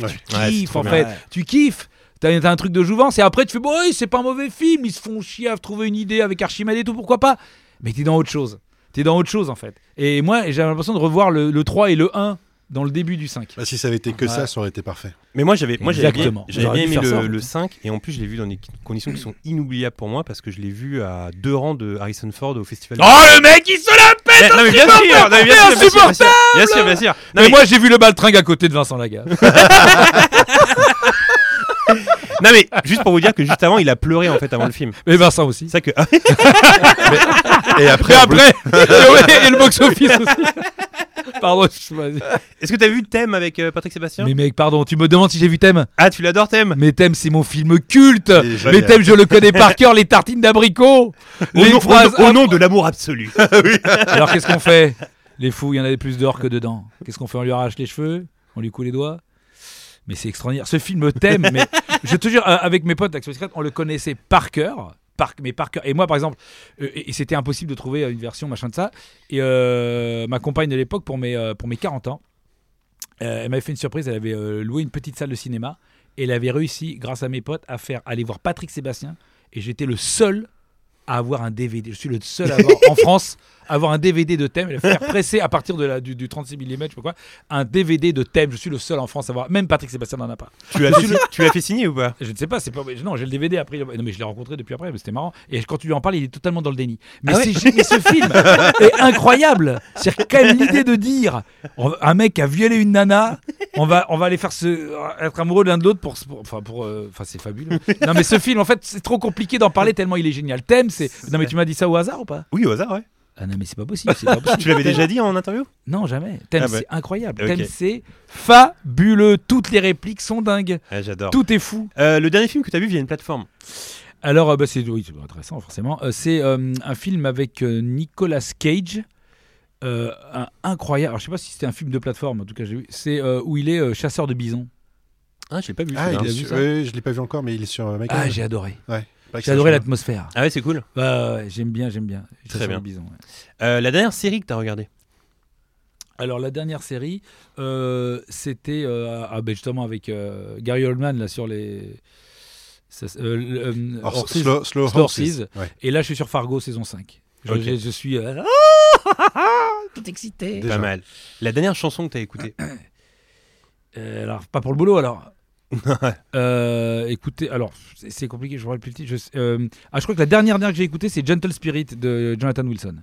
Tu kiffes. T'as un truc de jouvence. Et après, tu fais, bon, oui, c'est pas un mauvais film. Ils se font chier à trouver une idée avec Archimède et tout, pourquoi pas ? Mais t'es dans autre chose. En fait. Et moi, j'ai l'impression de revoir le 3 et le 1 dans le début du 5. Si ça avait été que ça aurait été parfait. Mais moi, j'avais bien aimé le 5. Et en plus, je l'ai vu dans des conditions qui sont inoubliables pour moi parce que je l'ai vu à 2 rangs de Harrison Ford au festival. Oh, le mec, il se la pète. Non, mais bien sûr. Mais moi, j'ai vu le baltringue à côté de Vincent Lagaffe. Non mais juste pour vous dire que juste avant il a pleuré en fait avant le film. Mais Vincent aussi. C'est ça que et après et le box office aussi. Pardon. Est-ce que t'as vu Thème avec Patrick Sébastien ? Mais mec, pardon, tu me demandes si j'ai vu Thème ? Ah, tu l'adores Thème ? Mais Thème, c'est mon film culte. Mais Thème, je le connais par cœur, les tartines d'abricot. Au nom de l'amour absolu. Alors qu'est-ce qu'on fait ? Les fous, il y en a plus dehors que dedans. Qu'est-ce qu'on fait ? On lui arrache les cheveux ? On lui coule les doigts ? Mais c'est extraordinaire. Ce film Thème, mais je te jure, avec mes potes d'Action Secrète, on le connaissait par cœur. Par cœur. Et moi, par exemple, et c'était impossible de trouver une version machin de ça. Et ma compagne de l'époque, pour mes 40 ans, elle m'avait fait une surprise. Elle avait loué une petite salle de cinéma. Et elle avait réussi, grâce à mes potes, à aller voir Patrick Sébastien. Et j'étais le seul à avoir un DVD. Je suis le seul à avoir, en France, à avoir un DVD de Thème et le faire presser à partir du 36 mm, je sais pas quoi, un DVD de Thème. Je suis le seul en France à avoir. Même Patrick Sébastien n'en a pas. Tu l'as fait signer ou pas? Je ne sais pas. Non, j'ai le DVD après. Non, mais je l'ai rencontré depuis après. Mais c'était marrant. Et quand tu lui en parles, il est totalement dans le déni. Mais ce film est incroyable. C'est quand même l'idée de dire un mec a violé une nana. On va aller faire être amoureux l'un de l'autre enfin c'est fabuleux. Non mais ce film en fait c'est trop compliqué d'en parler tellement il est génial. Thème non mais tu m'as dit ça au hasard ou pas? Oui, au hasard, ouais. Ah non mais c'est pas possible. Tu l'avais déjà dit en interview? Non, jamais. Thème c'est incroyable. Okay. Thème c'est fabuleux. Toutes les répliques sont dingues. Ouais, j'adore. Tout est fou. Le dernier film que tu as vu via une plateforme? Alors c'est intéressant forcément. C'est un film avec Nicolas Cage. Incroyable. Alors, je sais pas si c'était un film de plateforme, en tout cas j'ai vu. C'est où il est chasseur de bisons. Ah, je l'ai pas vu. Je l'ai pas vu encore, mais il est sur Michael. Ah, j'ai adoré. Ouais. J'ai adoré l'atmosphère. Ah ouais, c'est cool. Ouais, j'aime bien. Très bien. Bison, ouais. La dernière série que tu as regardée? Alors la dernière série, c'était justement avec Gary Oldman là sur les Slow Horses. Ouais. Et là je suis sur Fargo saison 5. Je suis tout excité. Pas mal. La dernière chanson que tu as écoutée? Alors pas pour le boulot alors. Écoutez, alors c'est compliqué, je me rappelle plus le titre. Je crois que la dernière que j'ai écoutée c'est Gentle Spirit de Jonathan Wilson.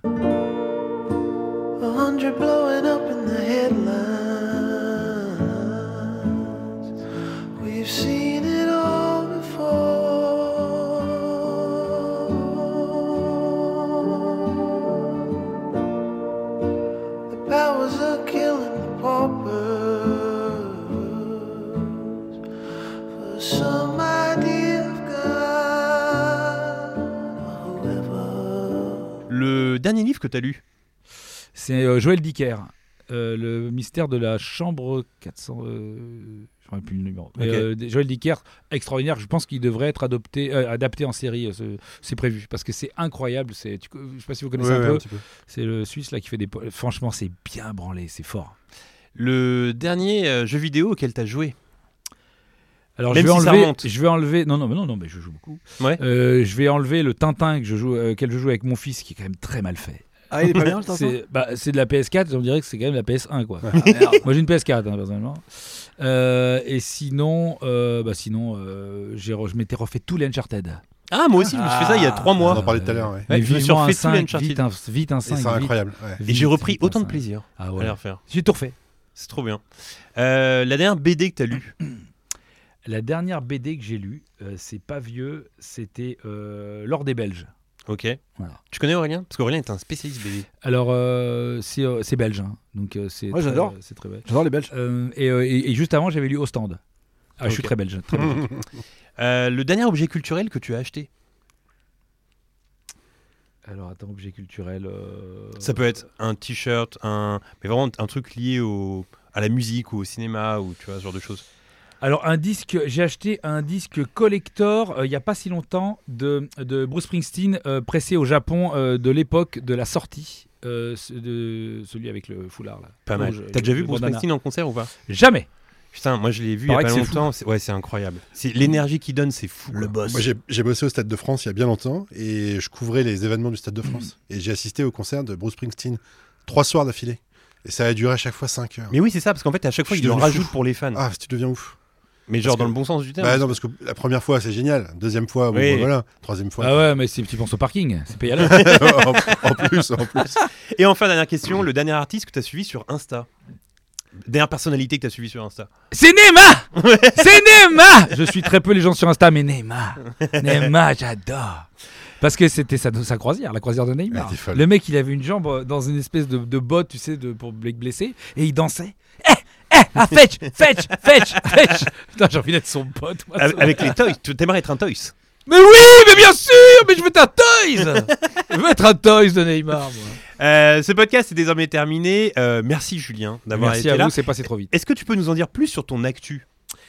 100 blowing up in the headlines. We've seen it all before. The powers are killing the paupers for some idea of God or whoever. Le dernier livre que tu as lu? C'est Joël Dicker, le mystère de la chambre 400. Je ne rappelle plus le numéro. Okay. Joël Dicker, extraordinaire. Je pense qu'il devrait être adapté en série. C'est prévu parce que c'est incroyable. Je ne sais pas si vous connaissez un peu. C'est le Suisse là qui fait des. Franchement, c'est bien branlé, c'est fort. Le dernier jeu vidéo auquel tu as joué? Alors même je vais enlever. Non, mais je joue beaucoup. Ouais. Je vais enlever le Tintin auquel je joue avec mon fils, qui est quand même très mal fait. Ah, il est pas bien le Tintin? C'est de la PS4, on dirait que c'est quand même la PS1 quoi. Ah, moi j'ai une PS4 personnellement. Et sinon, je m'étais refait tout l'Uncharted. Ah, moi aussi je me suis fait ça il y a 3 mois. On en parlait tout à l'heure. Ouais. Mais je me suis refait tout l'Uncharted. Vite un 5. C'est incroyable. Ouais. Et j'ai repris autant de plaisir à les refaire. J'ai tout refait. C'est trop bien. La dernière BD que tu as lue? La dernière BD que j'ai lue, c'est pas vieux, c'était L'Or des Belges. Ok. Voilà. Tu connais Aurélien? Parce qu'Aurélien est un spécialiste BD. Alors, c'est belge. Hein. Donc, moi, j'adore. C'est très belge. J'adore les Belges. Et juste avant, j'avais lu Ostende. Ah, je suis très belge. Très belge. Le dernier objet culturel que tu as acheté? Alors, attends, objet culturel. Ça peut être un t-shirt, mais vraiment un truc lié à la musique ou au cinéma ou tu vois, ce genre de choses. Alors, j'ai acheté un disque collector il n'y a pas si longtemps de Bruce Springsteen pressé au Japon de l'époque de la sortie, celui avec le foulard. Là. Pas mal. T'as déjà vu Bruce Springsteen en concert ou pas? Jamais. Putain, moi je l'ai vu il y a pas longtemps. C'est incroyable. L'énergie qu'il donne, c'est fou. Le boss. Moi j'ai bossé au Stade de France il y a bien longtemps et je couvrais les événements du Stade de France. Et j'ai assisté au concert de Bruce Springsteen 3 soirs d'affilée. Et ça a duré à chaque fois 5 heures. Mais oui, c'est ça, parce qu'en fait, à chaque fois, il en rajoute pour les fans. Ah, tu deviens ouf. Mais genre dans le bon sens du terme. Bah non, parce que la première fois c'est génial, deuxième fois oui. Voilà, troisième fois. Ah ouais, mais tu penses au parking, c'est payé à l'heure. en plus. Et enfin dernière question, le dernier artiste que tu as suivi sur Insta. Dernière personnalité que tu as suivi sur Insta. C'est Neymar. C'est Neymar. Je suis très peu les gens sur Insta, mais Neymar, j'adore. Parce que c'était sa croisière, la croisière de Neymar. Le mec, il avait une jambe dans une espèce de botte, tu sais, pour blesser, et il dansait. Fetch. Putain, j'ai envie d'être son pote. Moi, avec les toys, tu t'aimerais être un toys? Mais oui, mais bien sûr, mais je veux être un toys. Je veux être un toys de Neymar, moi. Ce podcast est désormais terminé. Merci Julien d'avoir été là. Merci à vous, c'est passé trop vite. Est-ce que tu peux nous en dire plus sur ton actu?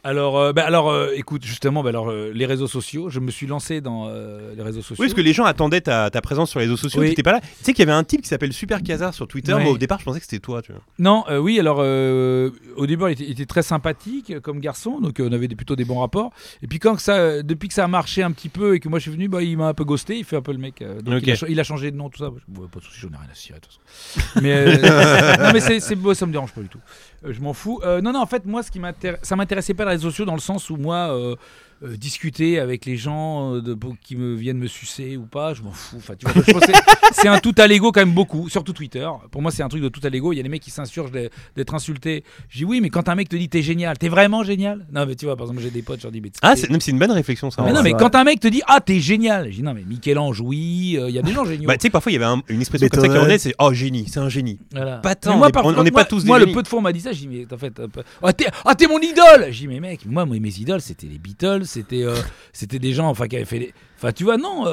Alors, écoute, justement, les réseaux sociaux, je me suis lancé dans les réseaux sociaux. Oui, parce que les gens attendaient ta présence sur les réseaux sociaux, tu n'étais pas là. Tu sais qu'il y avait un type qui s'appelle Super Casar sur Twitter, mais au départ, je pensais que c'était toi. Tu vois. Non, oui, alors, au début, il était très sympathique comme garçon, donc on avait plutôt des bons rapports. Et puis, depuis que ça a marché un petit peu et que moi je suis venu, il m'a un peu ghosté, il fait un peu le mec. Donc il a changé de nom, tout ça. Pas de soucis, j'en ai rien à cirer, de toute façon. Mais, non, mais ça me dérange pas du tout. Je m'en fous. Non, en fait, moi, ça m'intéressait pas les réseaux sociaux dans le sens où moi, discuter avec les gens qui viennent me sucer ou pas, je m'en fous. Enfin, tu vois, je pense que c'est un tout à l'ego quand même beaucoup, surtout Twitter. Pour moi, c'est un truc de tout à l'ego. Il y a des mecs qui s'insurgent d'être insultés. Je dis oui, mais quand un mec te dit t'es génial, t'es vraiment génial. Non, mais tu vois, par exemple, j'ai des potes, je leur dis c'est une bonne réflexion ça. Mais non, mais quand un mec te dit t'es génial, je dis non, mais Michel-Ange, oui, il y a des gens géniaux. Tu sais, parfois il y avait une expression comme ça qui revenait, c'est génie, c'est un génie. Voilà. Pas tant. On n'est pas tous des génies. Moi, le peu de fois on m'a dit ça, je dis mais en fait, t'es mon idole. Je dis mais mec, moi mes idoles c'était les Beatles, c'était des gens qui avaient fait tu vois, non,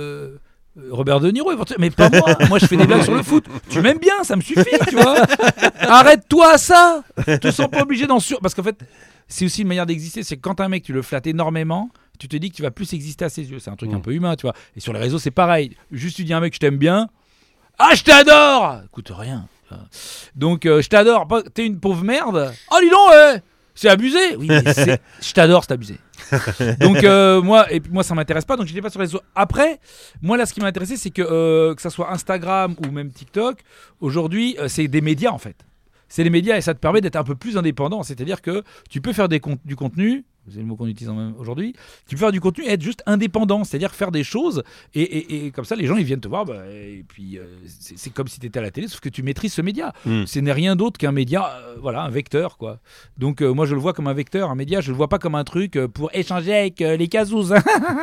Robert De Niro, mais pas moi. Moi, je fais des blagues sur le foot. Tu m'aimes bien, ça me suffit, tu vois. Arrête-toi à ça. Tu sens pas obligé parce qu'en fait, c'est aussi une manière d'exister. C'est que quand un mec, tu le flattes énormément, tu te dis que tu vas plus exister à ses yeux. C'est un truc un peu humain, tu vois. Et sur les réseaux, c'est pareil. Juste, tu dis à un mec, je t'aime bien. Ah, je t'adore. Écoute, rien. Donc, je t'adore. T'es une pauvre merde. Oh, dis donc, c'est abusé. Oui, mais je t'adore, c'est abusé. Donc moi ça m'intéresse pas, donc j'étais pas sur les réseaux. Après, moi là ce qui m'a intéressé c'est que ça soit Instagram ou même TikTok, aujourd'hui c'est des médias en fait. C'est les médias et ça te permet d'être un peu plus indépendant. C'est-à-dire que tu peux faire du contenu, c'est le mot qu'on utilise aujourd'hui, tu peux faire du contenu et être juste indépendant, c'est-à-dire faire des choses et comme ça les gens ils viennent te voir et puis c'est comme si tu étais à la télé sauf que tu maîtrises ce média. Ce n'est rien d'autre qu'un média, un vecteur quoi. Donc moi je le vois comme un vecteur, un média, je le vois pas comme un truc pour échanger avec les cazouzes.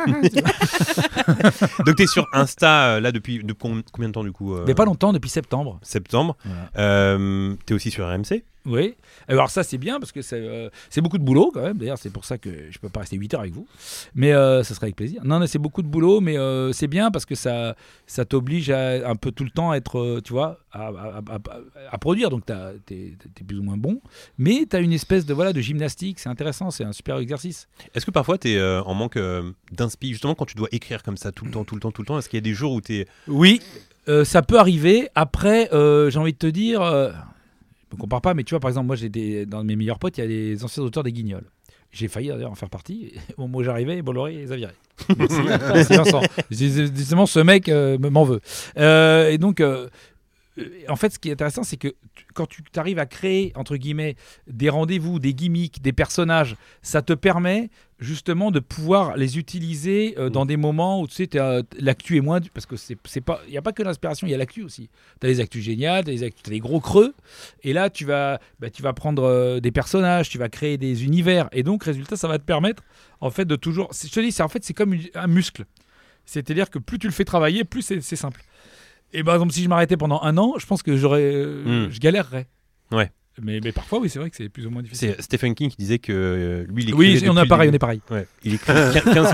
Donc tu es sur Insta là depuis combien de temps du coup Mais pas longtemps, depuis septembre. Voilà. Tu es aussi sur RMC? Oui, alors ça c'est bien parce que c'est beaucoup de boulot quand même, d'ailleurs c'est pour ça que je peux pas rester 8 heures avec vous, mais ça serait avec plaisir. Non, c'est beaucoup de boulot, mais c'est bien parce que ça t'oblige à un peu tout le temps à être, tu vois, à produire, donc t'es plus ou moins bon, mais t'as une espèce de gymnastique, c'est intéressant, c'est un super exercice. Est-ce que parfois t'es en manque d'inspi, justement quand tu dois écrire comme ça tout le temps, est-ce qu'il y a des jours où t'es... Oui, ça peut arriver, après j'ai envie de te dire... Je ne compare pas, mais tu vois, par exemple, moi, dans mes meilleurs potes, il y a des anciens auteurs des Guignols. J'ai failli d'ailleurs en faire partie. Au moment où j'arrivais, Bolloré les a virés. Merci Vincent. Justement, ce mec m'en veut. Et donc, en fait, ce qui est intéressant, c'est que quand tu arrives à créer, entre guillemets, des rendez-vous, des gimmicks, des personnages, ça te permet justement de pouvoir les utiliser dans des moments où tu sais, l'actu est moins... Parce que il n'y a pas que l'inspiration, il y a l'actu aussi. Tu as les actus géniales, tu as les gros creux. Et là, tu vas prendre des personnages, tu vas créer des univers. Et donc, résultat, ça va te permettre en fait de toujours... Je te dis, c'est comme un muscle. C'est-à-dire que plus tu le fais travailler, plus c'est simple. Et par exemple, si je m'arrêtais pendant 1 an, je pense que je galérerais. Ouais. Mais parfois, oui, c'est vrai que c'est plus ou moins difficile. C'est Stephen King qui disait que lui, il écrivait. Oui, on est pareil. Ouais. Il écrit 15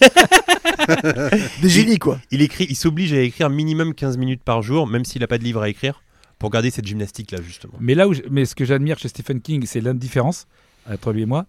Des génies, quoi. Il s'oblige à écrire minimum 15 minutes par jour, même s'il n'a pas de livre à écrire, pour garder cette gymnastique-là, justement. Mais ce que j'admire chez Stephen King, c'est l'indifférence entre lui et moi.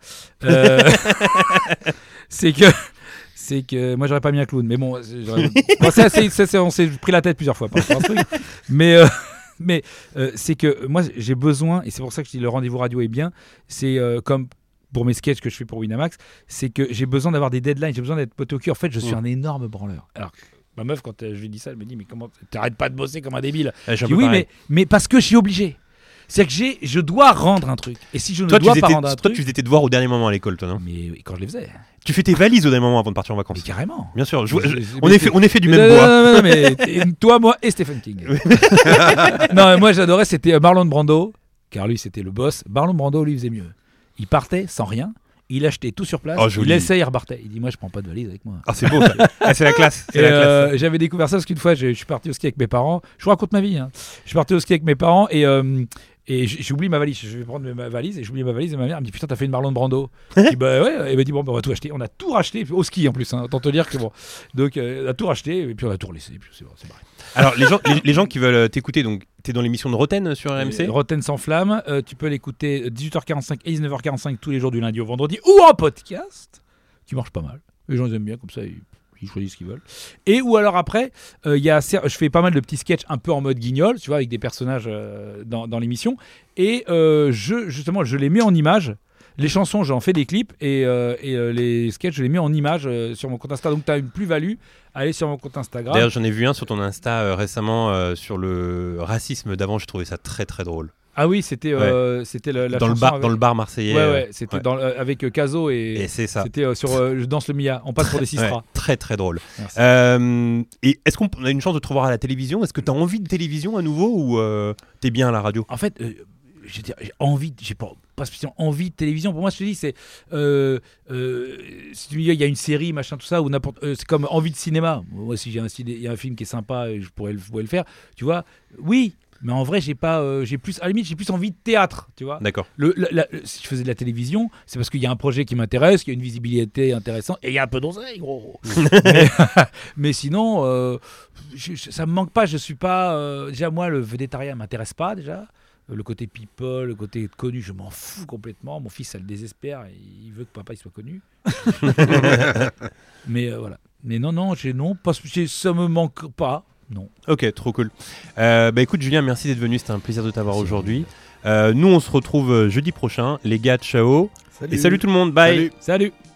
C'est que moi j'aurais pas mis un clown, mais bon, on s'est pris la tête plusieurs fois par rapport à ce truc. Mais c'est que moi j'ai besoin, et c'est pour ça que je dis le rendez-vous radio est bien, c'est comme pour mes sketchs que je fais pour Winamax, c'est que j'ai besoin d'avoir des deadlines, j'ai besoin d'être poté au cul. En fait, je suis un énorme branleur. Alors ma meuf, quand je lui dis ça, elle me dit mais comment t'arrêtes pas de bosser comme un débile? Je dis oui, mais parce que je suis obligé. C'est-à-dire que je dois rendre un truc. Et si je ne dois pas rendre un truc... Toi, tu faisais tes devoirs au dernier moment à l'école, toi, non? Mais quand je les faisais. Tu fais tes valises au dernier moment avant de partir en vacances? Mais carrément. Bien sûr. On est fait du même bois. Non, mais toi, moi et Stephen King. Non, moi, j'adorais, c'était Marlon Brando, car lui, c'était le boss. Marlon Brando, lui, faisait mieux. Il partait sans rien. Il achetait tout sur place, il laissait, il repartait. Il dit moi je prends pas de valise avec moi. Ah c'est beau ça. C'est la classe. J'avais découvert ça parce qu'une fois je suis parti au ski avec mes parents. Je vous raconte ma vie. Je suis parti au ski avec mes parents et Et j'oublie ma valise. Je vais prendre ma valise et j'oublie ma valise. Et ma mère me dit putain, t'as fait une Marlon Brando. Je dis bah ouais. Et elle m'a dit bon, bah, on va tout acheter. On a tout racheté au ski en plus. Autant te dire que bon. Donc on a tout racheté et puis on a tout relaissé. Et puis c'est barré. Alors les gens qui veulent t'écouter, donc t'es dans l'émission de Roten sur RMC. Roten sans flamme. Tu peux l'écouter 18h45 et 19h45 tous les jours du lundi au vendredi ou en podcast, qui marche pas mal. Les gens ils aiment bien comme ça. Ils choisissent ce qu'ils veulent. Et ou alors après, je fais pas mal de petits sketchs un peu en mode guignol, tu vois, avec des personnages dans l'émission. Et je les mets en images. Les chansons, j'en fais des clips et les sketchs, je les mets en images sur mon compte Insta. Donc tu as une plus-value. Allez sur mon compte Instagram. D'ailleurs, j'en ai vu un sur ton Insta récemment sur le racisme d'avant. J'ai trouvé ça très très drôle. Ah oui, c'était la dans chanson dans le bar marseillais. Ouais, c'était avec Cazo et c'est ça. C'était sur Je danse le Mia. On passe pour des sistras. Très très drôle. Et est-ce qu'on a une chance de te revoir à la télévision? Est-ce que tu as envie de télévision à nouveau ou t'es bien à la radio? En fait, j'ai envie. J'ai pas spécialement envie de télévision. Pour moi, je te dis, c'est si tu me dis il y a une série, machin, tout ça, ou n'importe. C'est comme envie de cinéma. Moi, si il y a un film qui est sympa, je pourrais le faire. Tu vois? Oui. Mais en vrai, j'ai plus, à la limite, j'ai plus envie de théâtre, tu vois. D'accord. Si je faisais de la télévision, c'est parce qu'il y a un projet qui m'intéresse, qu'il y a une visibilité intéressante, et il y a un peu d'oseille, gros. mais sinon, ça me manque pas. Je suis pas. Déjà, moi, le vedettariat m'intéresse pas, déjà. Le côté people, le côté connu, je m'en fous complètement. Mon fils, ça le désespère, et il veut que papa il soit connu. Mais voilà. Mais non, parce que ça me manque pas. Non. Ok, trop cool. Écoute Julien, merci d'être venu, c'était un plaisir de t'avoir aujourd'hui. Nous on se retrouve jeudi prochain. Les gars, ciao. Et salut tout le monde, bye. Salut.